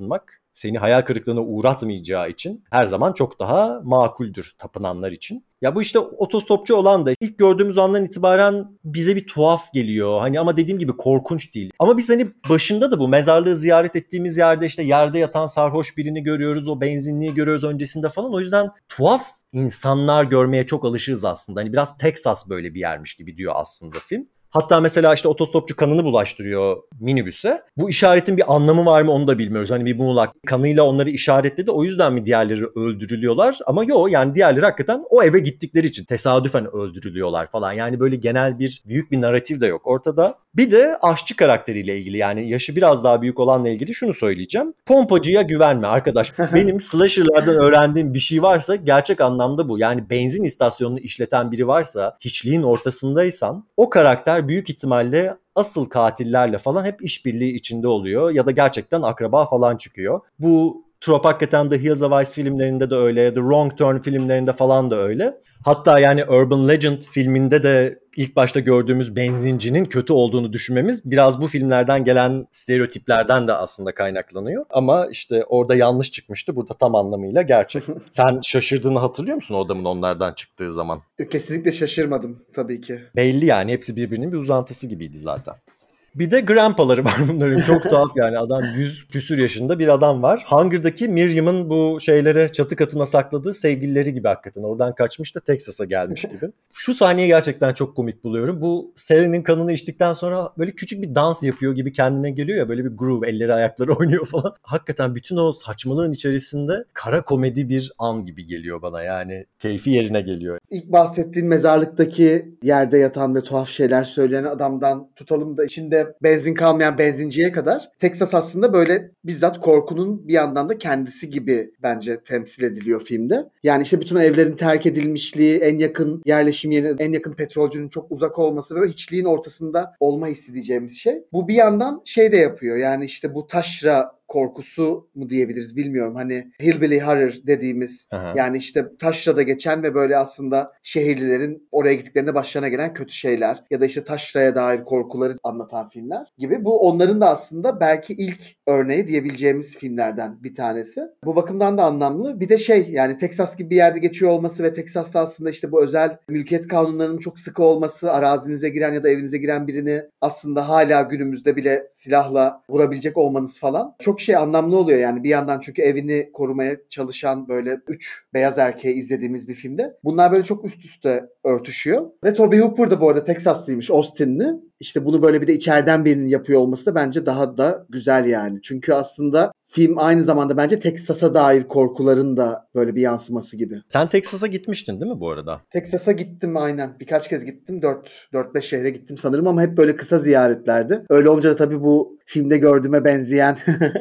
seni hayal kırıklığına uğratmayacağı için her zaman çok daha makuldür tapınanlar için. Ya bu işte otostopçu olan da ilk gördüğümüz andan itibaren bize bir tuhaf geliyor. Hani ama dediğim gibi korkunç değil. Ama biz hani başında da bu mezarlığı ziyaret ettiğimiz yerde işte yerde yatan sarhoş birini görüyoruz. O benzinliği görüyoruz öncesinde falan. O yüzden tuhaf insanlar görmeye çok alışığız aslında. Hani biraz Texas böyle bir yermiş gibi diyor aslında film. Hatta mesela işte otostopçu kanını bulaştırıyor minibüse. Bu işaretin bir anlamı var mı onu da bilmiyoruz. Hani bir muğlak kanıyla onları işaretledi. O yüzden mi diğerleri öldürülüyorlar? Ama yok yani diğerleri hakikaten o eve gittikleri için tesadüfen öldürülüyorlar falan. Yani böyle genel bir büyük bir narratif de yok ortada. Bir de aşçı karakteriyle ilgili yani yaşı biraz daha büyük olanla ilgili şunu söyleyeceğim. Pompacıya güvenme arkadaş. Benim slasher'lardan öğrendiğim bir şey varsa gerçek anlamda bu. Yani benzin istasyonunu işleten biri varsa, hiçliğin ortasındaysan o karakter büyük ihtimalle asıl katillerle falan hep işbirliği içinde oluyor ya da gerçekten akraba falan çıkıyor. Bu trop hakikaten The Hills Have Eyes filmlerinde de öyle, The Wrong Turn filmlerinde falan da öyle. Hatta yani Urban Legend filminde de ilk başta gördüğümüz benzincinin kötü olduğunu düşünmemiz biraz bu filmlerden gelen stereotiplerden de aslında kaynaklanıyor. Ama işte orada yanlış çıkmıştı. Burada tam anlamıyla gerçek. Sen şaşırdığını hatırlıyor musun o adamın onlardan çıktığı zaman? Kesinlikle şaşırmadım tabii ki. Belli yani hepsi birbirinin bir uzantısı gibiydi zaten. Bir de grandpaları var bunların. Çok tuhaf yani adam 100 küsür yaşında bir adam var. Hunger'daki Miriam'ın bu şeylere çatı katına sakladığı sevgilileri gibi hakikaten. Oradan kaçmış da Texas'a gelmiş gibi. Şu sahneyi gerçekten çok komik buluyorum. Bu Sally'nin kanını içtikten sonra böyle küçük bir dans yapıyor gibi kendine geliyor ya. Böyle bir groove, elleri ayakları oynuyor falan. Hakikaten bütün o saçmalığın içerisinde kara komedi bir an gibi geliyor bana. Yani keyfi yerine geliyor. İlk bahsettiğin mezarlıktaki yerde yatan ve tuhaf şeyler söyleyen adamdan tutalım da içinde benzin kalmayan benzinciye kadar Texas aslında böyle bizzat korkunun bir yandan da kendisi gibi bence temsil ediliyor filmde. Yani işte bütün evlerin terk edilmişliği, en yakın yerleşim yerine, en yakın petrolcünün çok uzak olması ve hiçliğin ortasında olma hissi diyeceğimiz şey. Bu bir yandan şey de yapıyor. Yani işte bu taşra korkusu mu diyebiliriz bilmiyorum. Hani hillbilly horror dediğimiz Aha. yani işte taşrada geçen ve böyle aslında şehirlilerin oraya gittiklerinde başlarına gelen kötü şeyler ya da işte taşraya dair korkuları anlatan filmler gibi. Bu onların da aslında belki ilk örneği diyebileceğimiz filmlerden bir tanesi. Bu bakımdan da anlamlı. Bir de şey yani Texas gibi bir yerde geçiyor olması ve Texas'ta aslında işte bu özel mülkiyet kanunlarının çok sıkı olması, arazinize giren ya da evinize giren birini aslında hala günümüzde bile silahla vurabilecek olmanız falan çok şey anlamlı oluyor yani bir yandan çünkü evini korumaya çalışan böyle 3 beyaz erkeği izlediğimiz bir filmde. Bunlar böyle çok üst üste örtüşüyor. Ve Tobe Hooper da bu arada Texaslıymış, Austin'li. İşte bunu böyle bir de içeriden birinin yapıyor olması da bence daha da güzel yani. Çünkü aslında film aynı zamanda bence Texas'a dair korkuların da böyle bir yansıması gibi. Sen Texas'a gitmiştin değil mi bu arada? Texas'a gittim aynen. Birkaç kez gittim. 4-5 şehre gittim sanırım ama hep böyle kısa ziyaretlerdi. Öyle olunca da tabii bu filmde gördüğüme benzeyen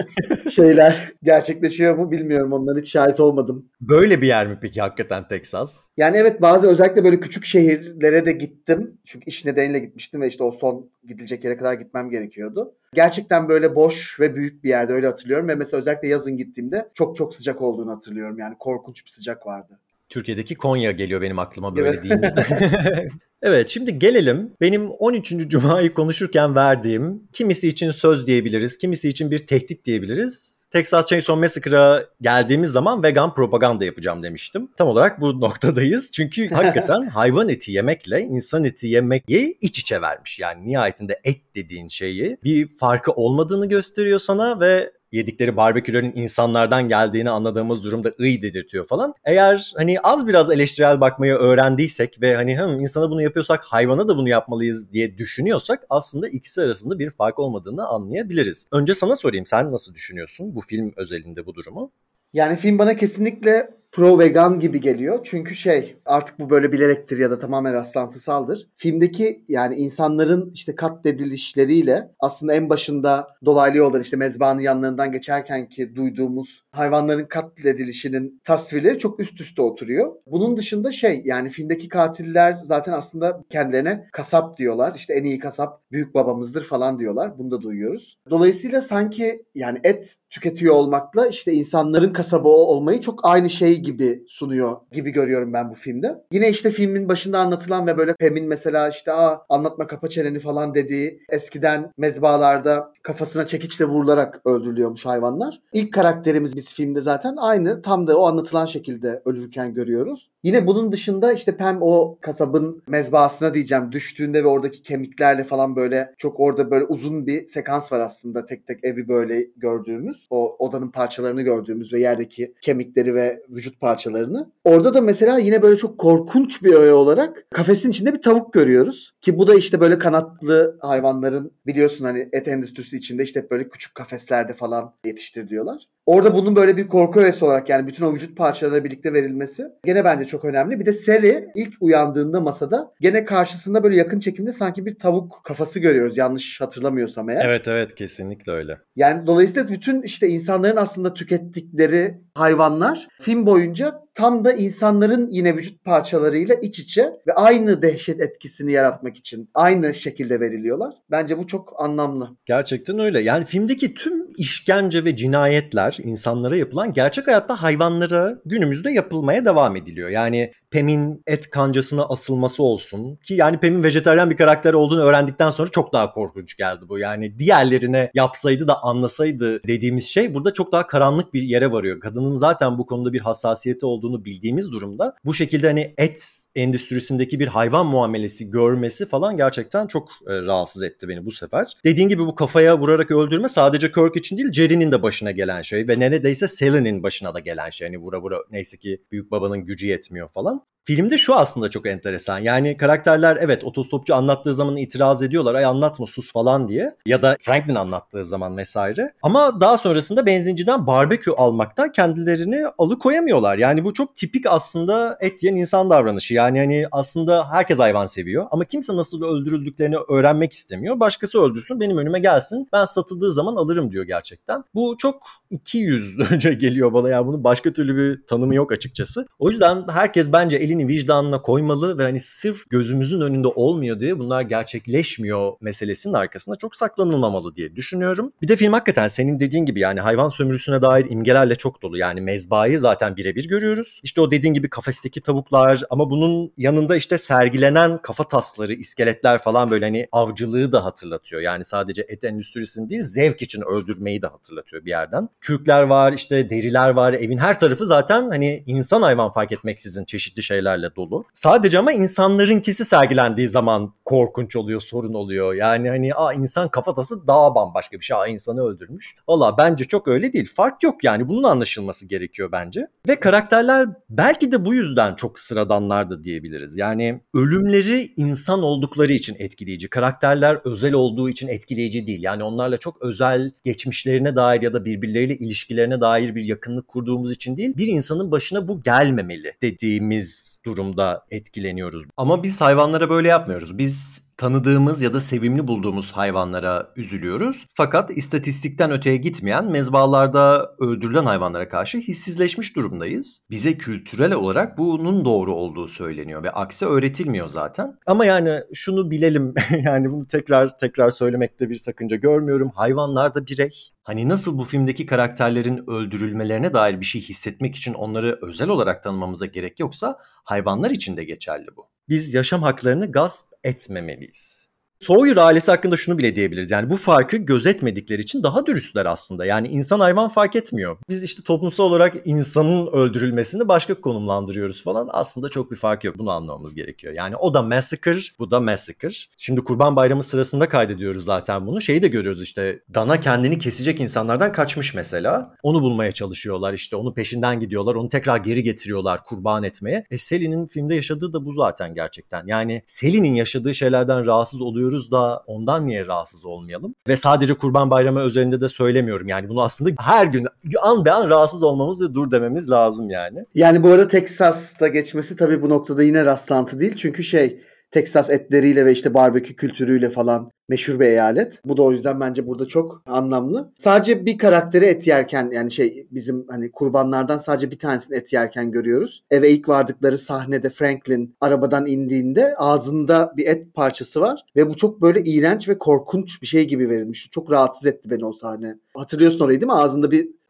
şeyler gerçekleşiyor mu bilmiyorum. Onlara hiç şahit olmadım. Böyle bir yer mi peki hakikaten Texas? Yani evet bazı özellikle böyle küçük şehirlere de gittim. Çünkü iş nedeniyle gitmiştim ve işte o son gidilecek yere kadar gitmem gerekiyordu. Gerçekten böyle boş ve büyük bir yerde öyle hatırlıyorum. Ve mesela özellikle yazın gittiğimde çok çok sıcak olduğunu hatırlıyorum. Yani korkunç bir sıcak vardı. Türkiye'deki Konya geliyor benim aklıma Değil mi? böyle deyince de. Evet şimdi gelelim benim 13. Cuma'yı konuşurken verdiğim kimisi için söz diyebiliriz, kimisi için bir tehdit diyebiliriz. Texas Chainsaw Massacre'a geldiğimiz zaman vegan propaganda yapacağım demiştim. Tam olarak bu noktadayız. Çünkü hakikaten hayvan eti yemekle insan eti yemeyi iç içe vermiş. Yani nihayetinde et dediğin şeyi bir farkı olmadığını gösteriyor sana ve yedikleri barbekülerin insanlardan geldiğini anladığımız durumda dedirtiyor falan. Eğer hani az biraz eleştirel bakmayı öğrendiysek ve hani insana bunu yapıyorsak hayvana da bunu yapmalıyız diye düşünüyorsak aslında ikisi arasında bir fark olmadığını anlayabiliriz. Önce sana sorayım sen nasıl düşünüyorsun bu film özelinde bu durumu? Yani film bana kesinlikle pro vegan gibi geliyor. Çünkü şey artık bu böyle bilerektir ya da tamamen rastlantısaldır. Filmdeki yani insanların işte katledilişleriyle aslında en başında dolaylı yoldan işte mezbahanın yanlarından geçerken ki duyduğumuz hayvanların katledilişinin tasvirleri çok üst üste oturuyor. Bunun dışında şey yani filmdeki katiller zaten aslında kendilerine kasap diyorlar. İşte en iyi kasap büyük babamızdır falan diyorlar. Bunu da duyuyoruz. Dolayısıyla sanki yani et tüketiyor olmakla işte insanların kasabı olmayı çok aynı şey gibi sunuyor gibi görüyorum ben bu filmde. Yine işte filmin başında anlatılan ve böyle Pam'in mesela işte anlatma kapa çeneni falan dediği, eskiden mezbahalarda kafasına çekiçle vurularak öldürülüyormuş hayvanlar. İlk karakterimiz biz filmde zaten aynı tam da o anlatılan şekilde ölürken görüyoruz. Yine bunun dışında işte Pam o kasabın mezbahasına diyeceğim düştüğünde ve oradaki kemiklerle falan böyle çok orada böyle uzun bir sekans var aslında, tek tek evi böyle gördüğümüz, o odanın parçalarını gördüğümüz ve yerdeki kemikleri ve vücut parçalarını. Orada da mesela yine böyle çok korkunç bir öğe olarak kafesin içinde bir tavuk görüyoruz. Ki bu da işte böyle kanatlı hayvanların, biliyorsun hani et endüstrisi içinde işte hep böyle küçük kafeslerde falan yetiştiriliyorlar. Orada bunun böyle bir korku öğesi olarak yani bütün o vücut parçalarıyla birlikte verilmesi gene bence çok önemli. Bir de Sally ilk uyandığında masada gene karşısında böyle yakın çekimde sanki bir tavuk kafası görüyoruz yanlış hatırlamıyorsam eğer. Evet evet, kesinlikle öyle. Yani dolayısıyla bütün işte insanların aslında tükettikleri hayvanlar film boyunca tam da insanların yine vücut parçalarıyla iç içe ve aynı dehşet etkisini yaratmak için aynı şekilde veriliyorlar. Bence bu çok anlamlı. Gerçekten öyle. Yani filmdeki tüm işkence ve cinayetler, insanlara yapılan, gerçek hayatta hayvanlara günümüzde yapılmaya devam ediliyor. Yani Pam'in et kancasına asılması olsun ki yani Pam'in vejetaryen bir karakter olduğunu öğrendikten sonra çok daha korkunç geldi bu. Yani diğerlerine yapsaydı da anlasaydı dediğimiz şey burada çok daha karanlık bir yere varıyor. Kadının zaten bu konuda bir hassasiyeti olduğunu bildiğimiz durumda bu şekilde hani et endüstrisindeki bir hayvan muamelesi görmesi falan gerçekten çok rahatsız etti beni bu sefer. Dediğin gibi bu kafaya vurarak öldürme sadece Kirk için değil, Jerry'nin de başına gelen şey ve neredeyse Sally'nin başına da gelen şey. Hani vura vura neyse ki büyük babanın gücü yetmiyor falan. Filmde şu aslında çok enteresan. Yani karakterler evet otostopçu anlattığı zaman itiraz ediyorlar. Ay anlatma sus falan diye. Ya da Franklin anlattığı zaman vesaire. Ama daha sonrasında benzinciden barbekü almaktan kendilerini alıkoyamıyorlar. Yani bu çok tipik aslında et yiyen insan davranışı. Yani hani aslında herkes hayvan seviyor. Ama kimse nasıl öldürüldüklerini öğrenmek istemiyor. Başkası öldürsün, benim önüme gelsin. Ben satıldığı zaman alırım diyor gerçekten. Bu çok 200'lüce geliyor bana ya. Bunun başka türlü bir tanımı yok açıkçası. O yüzden herkes bence elini vicdanına koymalı ve hani sırf gözümüzün önünde olmuyor diye bunlar gerçekleşmiyor meselesinin arkasında çok saklanılmamalı diye düşünüyorum. Bir de film hakikaten senin dediğin gibi yani hayvan sömürüsüne dair imgelerle çok dolu. Yani mezbahayı zaten birebir görüyoruz. İşte o dediğin gibi kafesteki tavuklar ama bunun yanında işte sergilenen kafa tasları, iskeletler falan böyle hani avcılığı da hatırlatıyor. Yani sadece et endüstrisini değil, zevk için öldürmeyi de hatırlatıyor bir yerden. Kürkler var, işte deriler var. Evin her tarafı zaten hani insan hayvan fark etmeksizin çeşitli şeylerle dolu. Sadece ama insanlarınkisi sergilendiği zaman korkunç oluyor, sorun oluyor. Yani hani insan kafatası daha bambaşka bir şey. İnsanı öldürmüş. Valla bence çok öyle değil. Fark yok yani. Bunun anlaşılması gerekiyor bence. Ve karakterler belki de bu yüzden çok sıradanlar da diyebiliriz. Yani ölümleri insan oldukları için etkileyici. Karakterler özel olduğu için etkileyici değil. Yani onlarla çok özel geçmişlerine dair ya da birbirleriyle ilişkilerine dair bir yakınlık kurduğumuz için değil, bir insanın başına bu gelmemeli dediğimiz durumda etkileniyoruz. Ama biz hayvanlara böyle yapmıyoruz. Biz tanıdığımız ya da sevimli bulduğumuz hayvanlara üzülüyoruz. Fakat istatistikten öteye gitmeyen mezbahalarda öldürülen hayvanlara karşı hissizleşmiş durumdayız. Bize kültürel olarak bunun doğru olduğu söyleniyor ve aksi öğretilmiyor zaten. Ama yani şunu bilelim, yani bunu tekrar söylemekte bir sakınca görmüyorum. Hayvanlar da birey. Hani nasıl bu filmdeki karakterlerin öldürülmelerine dair bir şey hissetmek için onları özel olarak tanımamıza gerek yoksa hayvanlar için de geçerli bu. Biz yaşam haklarını gasp etmemeliyiz. Sawyer ailesi hakkında şunu bile diyebiliriz. Yani bu farkı gözetmedikleri için daha dürüstler aslında. Yani insan hayvan fark etmiyor. Biz işte toplumsal olarak insanın öldürülmesini başka konumlandırıyoruz falan. Aslında çok bir fark yok. Bunu anlamamız gerekiyor. Yani o da massacre, bu da massacre. Şimdi Kurban Bayramı sırasında kaydediyoruz zaten bunu. Şeyi de görüyoruz işte. Dana kendini kesecek insanlardan kaçmış mesela. Onu bulmaya çalışıyorlar işte. Onun peşinden gidiyorlar. Onu tekrar geri getiriyorlar kurban etmeye. Sally'nin filmde yaşadığı da bu zaten gerçekten. Yani Sally'nin yaşadığı şeylerden rahatsız oluyoruz da ondan niye rahatsız olmayalım? Ve sadece Kurban Bayramı özelinde de söylemiyorum. Yani bunu aslında her gün an be an rahatsız olmamız ve dur dememiz lazım yani. Yani bu arada Texas'ta geçmesi tabii bu noktada yine rastlantı değil. Çünkü Texas etleriyle ve işte barbekü kültürüyle falan meşhur bir eyalet. Bu da o yüzden bence burada çok anlamlı. Sadece bir karakteri et yerken yani bizim hani kurbanlardan sadece bir tanesini et yerken görüyoruz. Eve ilk vardıkları sahnede Franklin arabadan indiğinde ağzında bir et parçası var ve bu çok böyle iğrenç ve korkunç bir şey gibi verilmiş. Çok rahatsız etti beni o sahne. Hatırlıyorsun orayı değil mi? Ağzında bir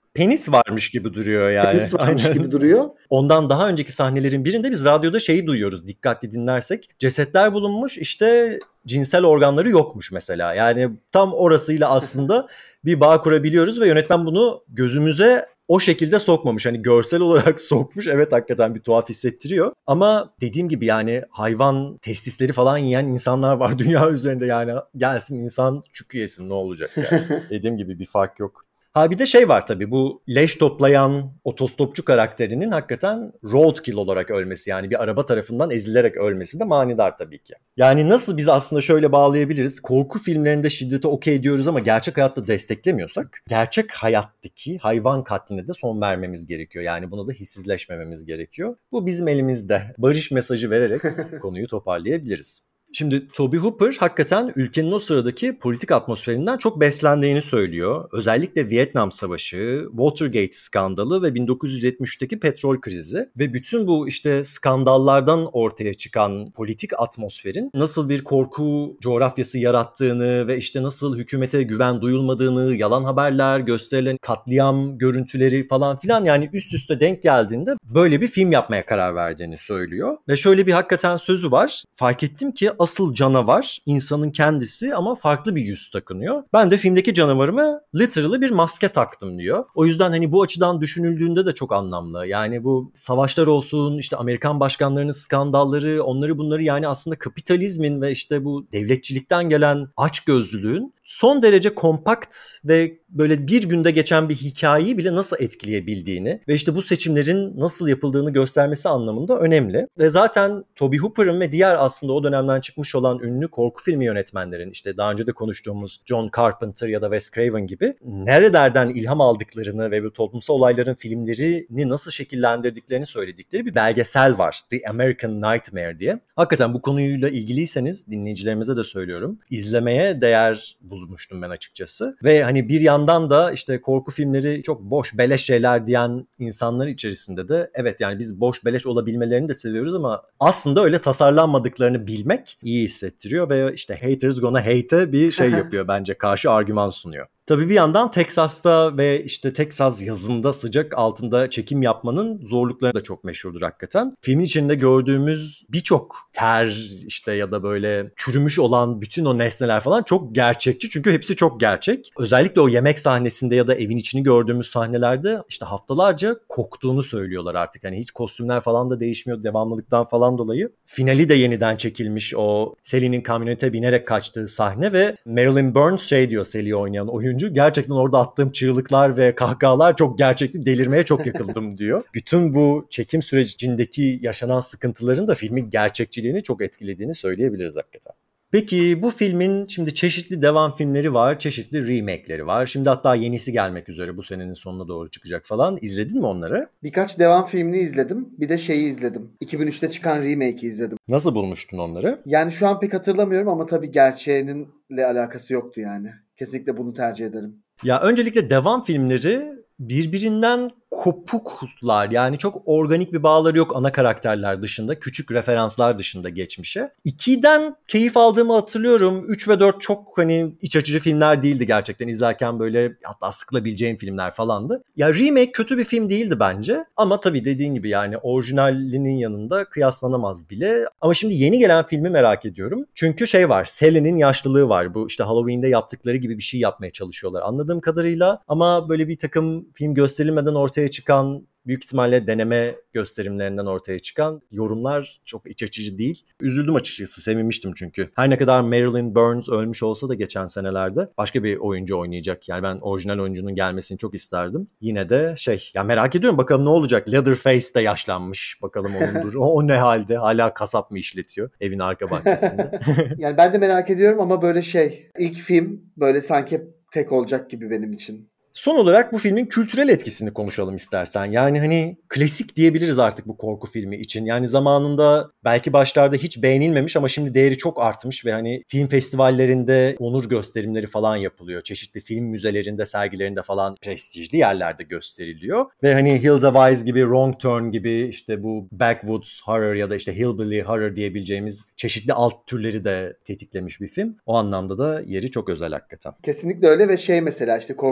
penis varmış gibi duruyor yani. Penis varmış gibi Aynen. duruyor. Ondan daha önceki sahnelerin birinde biz radyoda şeyi duyuyoruz dikkatli dinlersek. Cesetler bulunmuş, işte cinsel organları yokmuş mesela. Yani tam orasıyla aslında bir bağ kurabiliyoruz ve yönetmen bunu gözümüze o şekilde sokmamış. Hani görsel olarak sokmuş. Evet, hakikaten bir tuhaf hissettiriyor. Ama dediğim gibi yani hayvan testisleri falan yiyen insanlar var dünya üzerinde, yani gelsin insan çükü yesin, ne olacak yani. Dediğim gibi bir fark yok. Ha bir de şey var tabii, bu leş toplayan otostopçu karakterinin hakikaten roadkill olarak ölmesi, yani bir araba tarafından ezilerek ölmesi de manidar tabii ki. Yani nasıl biz aslında şöyle bağlayabiliriz, korku filmlerinde şiddete okey diyoruz ama gerçek hayatta desteklemiyorsak gerçek hayattaki hayvan katline de son vermemiz gerekiyor. Yani buna da hissizleşmememiz gerekiyor. Bu bizim elimizde. Barış mesajı vererek konuyu toparlayabiliriz. Şimdi Toby Hooper hakikaten ülkenin o sıradaki politik atmosferinden çok beslendiğini söylüyor. Özellikle Vietnam Savaşı, Watergate skandalı ve 1973'teki petrol krizi ve bütün bu işte skandallardan ortaya çıkan politik atmosferin nasıl bir korku coğrafyası yarattığını ve işte nasıl hükümete güven duyulmadığını, yalan haberler, gösterilen katliam görüntüleri falan filan, yani üst üste denk geldiğinde böyle bir film yapmaya karar verdiğini söylüyor. Ve şöyle bir hakikaten sözü var. Fark ettim ki asıl canavar insanın kendisi ama farklı bir yüz takınıyor. Ben de filmdeki canavarıma literally bir maske taktım diyor. O yüzden hani bu açıdan düşünüldüğünde de çok anlamlı. Yani bu savaşlar olsun, işte Amerikan başkanlarının skandalları, onları bunları, yani aslında kapitalizmin ve işte bu devletçilikten gelen açgözlülüğün son derece kompakt ve böyle bir günde geçen bir hikayeyi bile nasıl etkileyebildiğini ve işte bu seçimlerin nasıl yapıldığını göstermesi anlamında önemli. Ve zaten Toby Hooper'ın ve diğer aslında o dönemden çıkmış olan ünlü korku filmi yönetmenlerin, işte daha önce de konuştuğumuz John Carpenter ya da Wes Craven gibi, nerelerden ilham aldıklarını ve bu toplumsal olayların filmlerini nasıl şekillendirdiklerini söyledikleri bir belgesel var. The American Nightmare diye. Hakikaten bu konuyla ilgiliyseniz dinleyicilerimize de söylüyorum, İzlemeye değer bulmuştum ben açıkçası. Ve hani bir yandan da işte korku filmleri çok boş beleş şeyler diyen insanlar içerisinde de evet, yani biz boş beleş olabilmelerini de seviyoruz ama aslında öyle tasarlanmadıklarını bilmek iyi hissettiriyor ve işte haters gonna hate'e bir şey yapıyor bence, karşı argüman sunuyor. Tabii bir yandan Teksas'ta ve işte Teksas yazında sıcak altında çekim yapmanın zorlukları da çok meşhurdur hakikaten. Filmin içinde gördüğümüz birçok ter işte ya da böyle çürümüş olan bütün o nesneler falan çok gerçekçi, çünkü hepsi çok gerçek. Özellikle o yemek sahnesinde ya da evin içini gördüğümüz sahnelerde işte haftalarca koktuğunu söylüyorlar artık. Hani hiç kostümler falan da değişmiyor devamlılıktan falan dolayı. Finali de yeniden çekilmiş, o Sally'nin kamyonete binerek kaçtığı sahne ve Marilyn Burns şey diyor, Sally'yi oynayan oyuncu, gerçekten orada attığım çığlıklar ve kahkahalar çok gerçekti, delirmeye çok yakıldım diyor. Bütün bu çekim sürecindeki yaşanan sıkıntıların da filmin gerçekçiliğini çok etkilediğini söyleyebiliriz hakikaten. Peki bu filmin şimdi çeşitli devam filmleri var, çeşitli remake'leri var. Şimdi hatta yenisi gelmek üzere, bu senenin sonuna doğru çıkacak falan. İzledin mi onları? Birkaç devam filmini izledim. Bir de şeyi izledim. 2003'te çıkan remake'i izledim. Nasıl bulmuştun onları? Yani şu an pek hatırlamıyorum ama tabii gerçeğinle alakası yoktu yani. Kesinlikle bunu tercih ederim. Ya öncelikle devam filmleri birbirinden kopuklar. Yani çok organik bir bağları yok ana karakterler dışında. Küçük referanslar dışında geçmişe. 2'den keyif aldığımı hatırlıyorum. 3 ve 4 çok hani iç açıcı filmler değildi gerçekten. İzlerken böyle hatta sıkılabileceğim filmler falandı. Ya remake kötü bir film değildi bence. Ama tabii dediğin gibi yani orijinalinin yanında kıyaslanamaz bile. Ama şimdi yeni gelen filmi merak ediyorum. Çünkü şey var, Sally'nin yaşlılığı var. Bu işte Halloween'de yaptıkları gibi bir şey yapmaya çalışıyorlar anladığım kadarıyla. Ama böyle bir takım film gösterilmeden ortaya çıkan, büyük ihtimalle deneme gösterimlerinden ortaya çıkan yorumlar çok iç açıcı değil. Üzüldüm açıkçası, sevinmiştim çünkü. Her ne kadar Marilyn Burns ölmüş olsa da geçen senelerde başka bir oyuncu oynayacak. Yani ben orijinal oyuncunun gelmesini çok isterdim. Yine de ya merak ediyorum bakalım ne olacak. Leatherface de yaşlanmış. Bakalım onun durumu. O ne halde? Hala kasap mı işletiyor evin arka bahçesinde? Yani ben de merak ediyorum ama böyle ilk film böyle sanki tek olacak gibi benim için. Son olarak bu filmin kültürel etkisini konuşalım istersen. Yani hani klasik diyebiliriz artık bu korku filmi için. Yani zamanında belki başlarda hiç beğenilmemiş ama şimdi değeri çok artmış ve hani film festivallerinde onur gösterimleri falan yapılıyor. Çeşitli film müzelerinde, sergilerinde falan prestijli yerlerde gösteriliyor. Ve hani Hills Have Eyes gibi, Wrong Turn gibi, işte bu Backwoods Horror ya da işte Hillbilly Horror diyebileceğimiz çeşitli alt türleri de tetiklemiş bir film. O anlamda da yeri çok özel hakikaten. Kesinlikle öyle ve mesela işte korku filmleri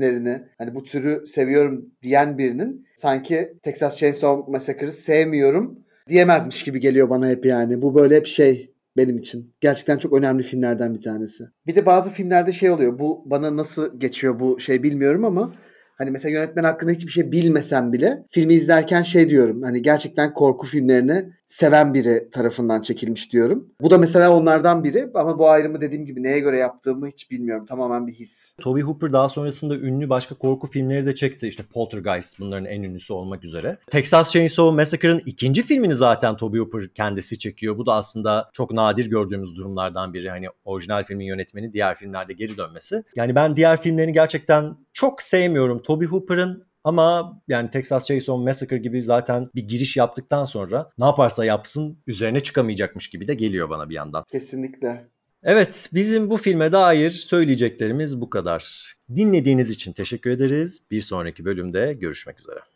filmlerini, hani bu türü seviyorum diyen birinin sanki Texas Chainsaw Massacre'ı sevmiyorum diyemezmiş gibi geliyor bana hep yani. Bu böyle hep şey benim için. Gerçekten çok önemli filmlerden bir tanesi. Bir de bazı filmlerde şey oluyor. Bu bana nasıl geçiyor bu şey bilmiyorum ama hani mesela yönetmen hakkında hiçbir şey bilmesem bile filmi izlerken şey diyorum. Hani gerçekten korku filmlerini seven biri tarafından çekilmiş diyorum. Bu da mesela onlardan biri ama bu ayrımı dediğim gibi neye göre yaptığımı hiç bilmiyorum. Tamamen bir his. Tobe Hooper daha sonrasında ünlü başka korku filmleri de çekti. İşte Poltergeist bunların en ünlüsü olmak üzere. Texas Chainsaw Massacre'ın ikinci filmini zaten Tobe Hooper kendisi çekiyor. Bu da aslında çok nadir gördüğümüz durumlardan biri. Hani orijinal filmin yönetmeni diğer filmlerde geri dönmesi. Yani ben diğer filmlerini gerçekten çok sevmiyorum Tobe Hooper'ın. Ama yani Texas Chainsaw Massacre gibi zaten bir giriş yaptıktan sonra ne yaparsa yapsın üzerine çıkamayacakmış gibi de geliyor bana bir yandan. Kesinlikle. Evet, bizim bu filme dair söyleyeceklerimiz bu kadar. Dinlediğiniz için teşekkür ederiz. Bir sonraki bölümde görüşmek üzere.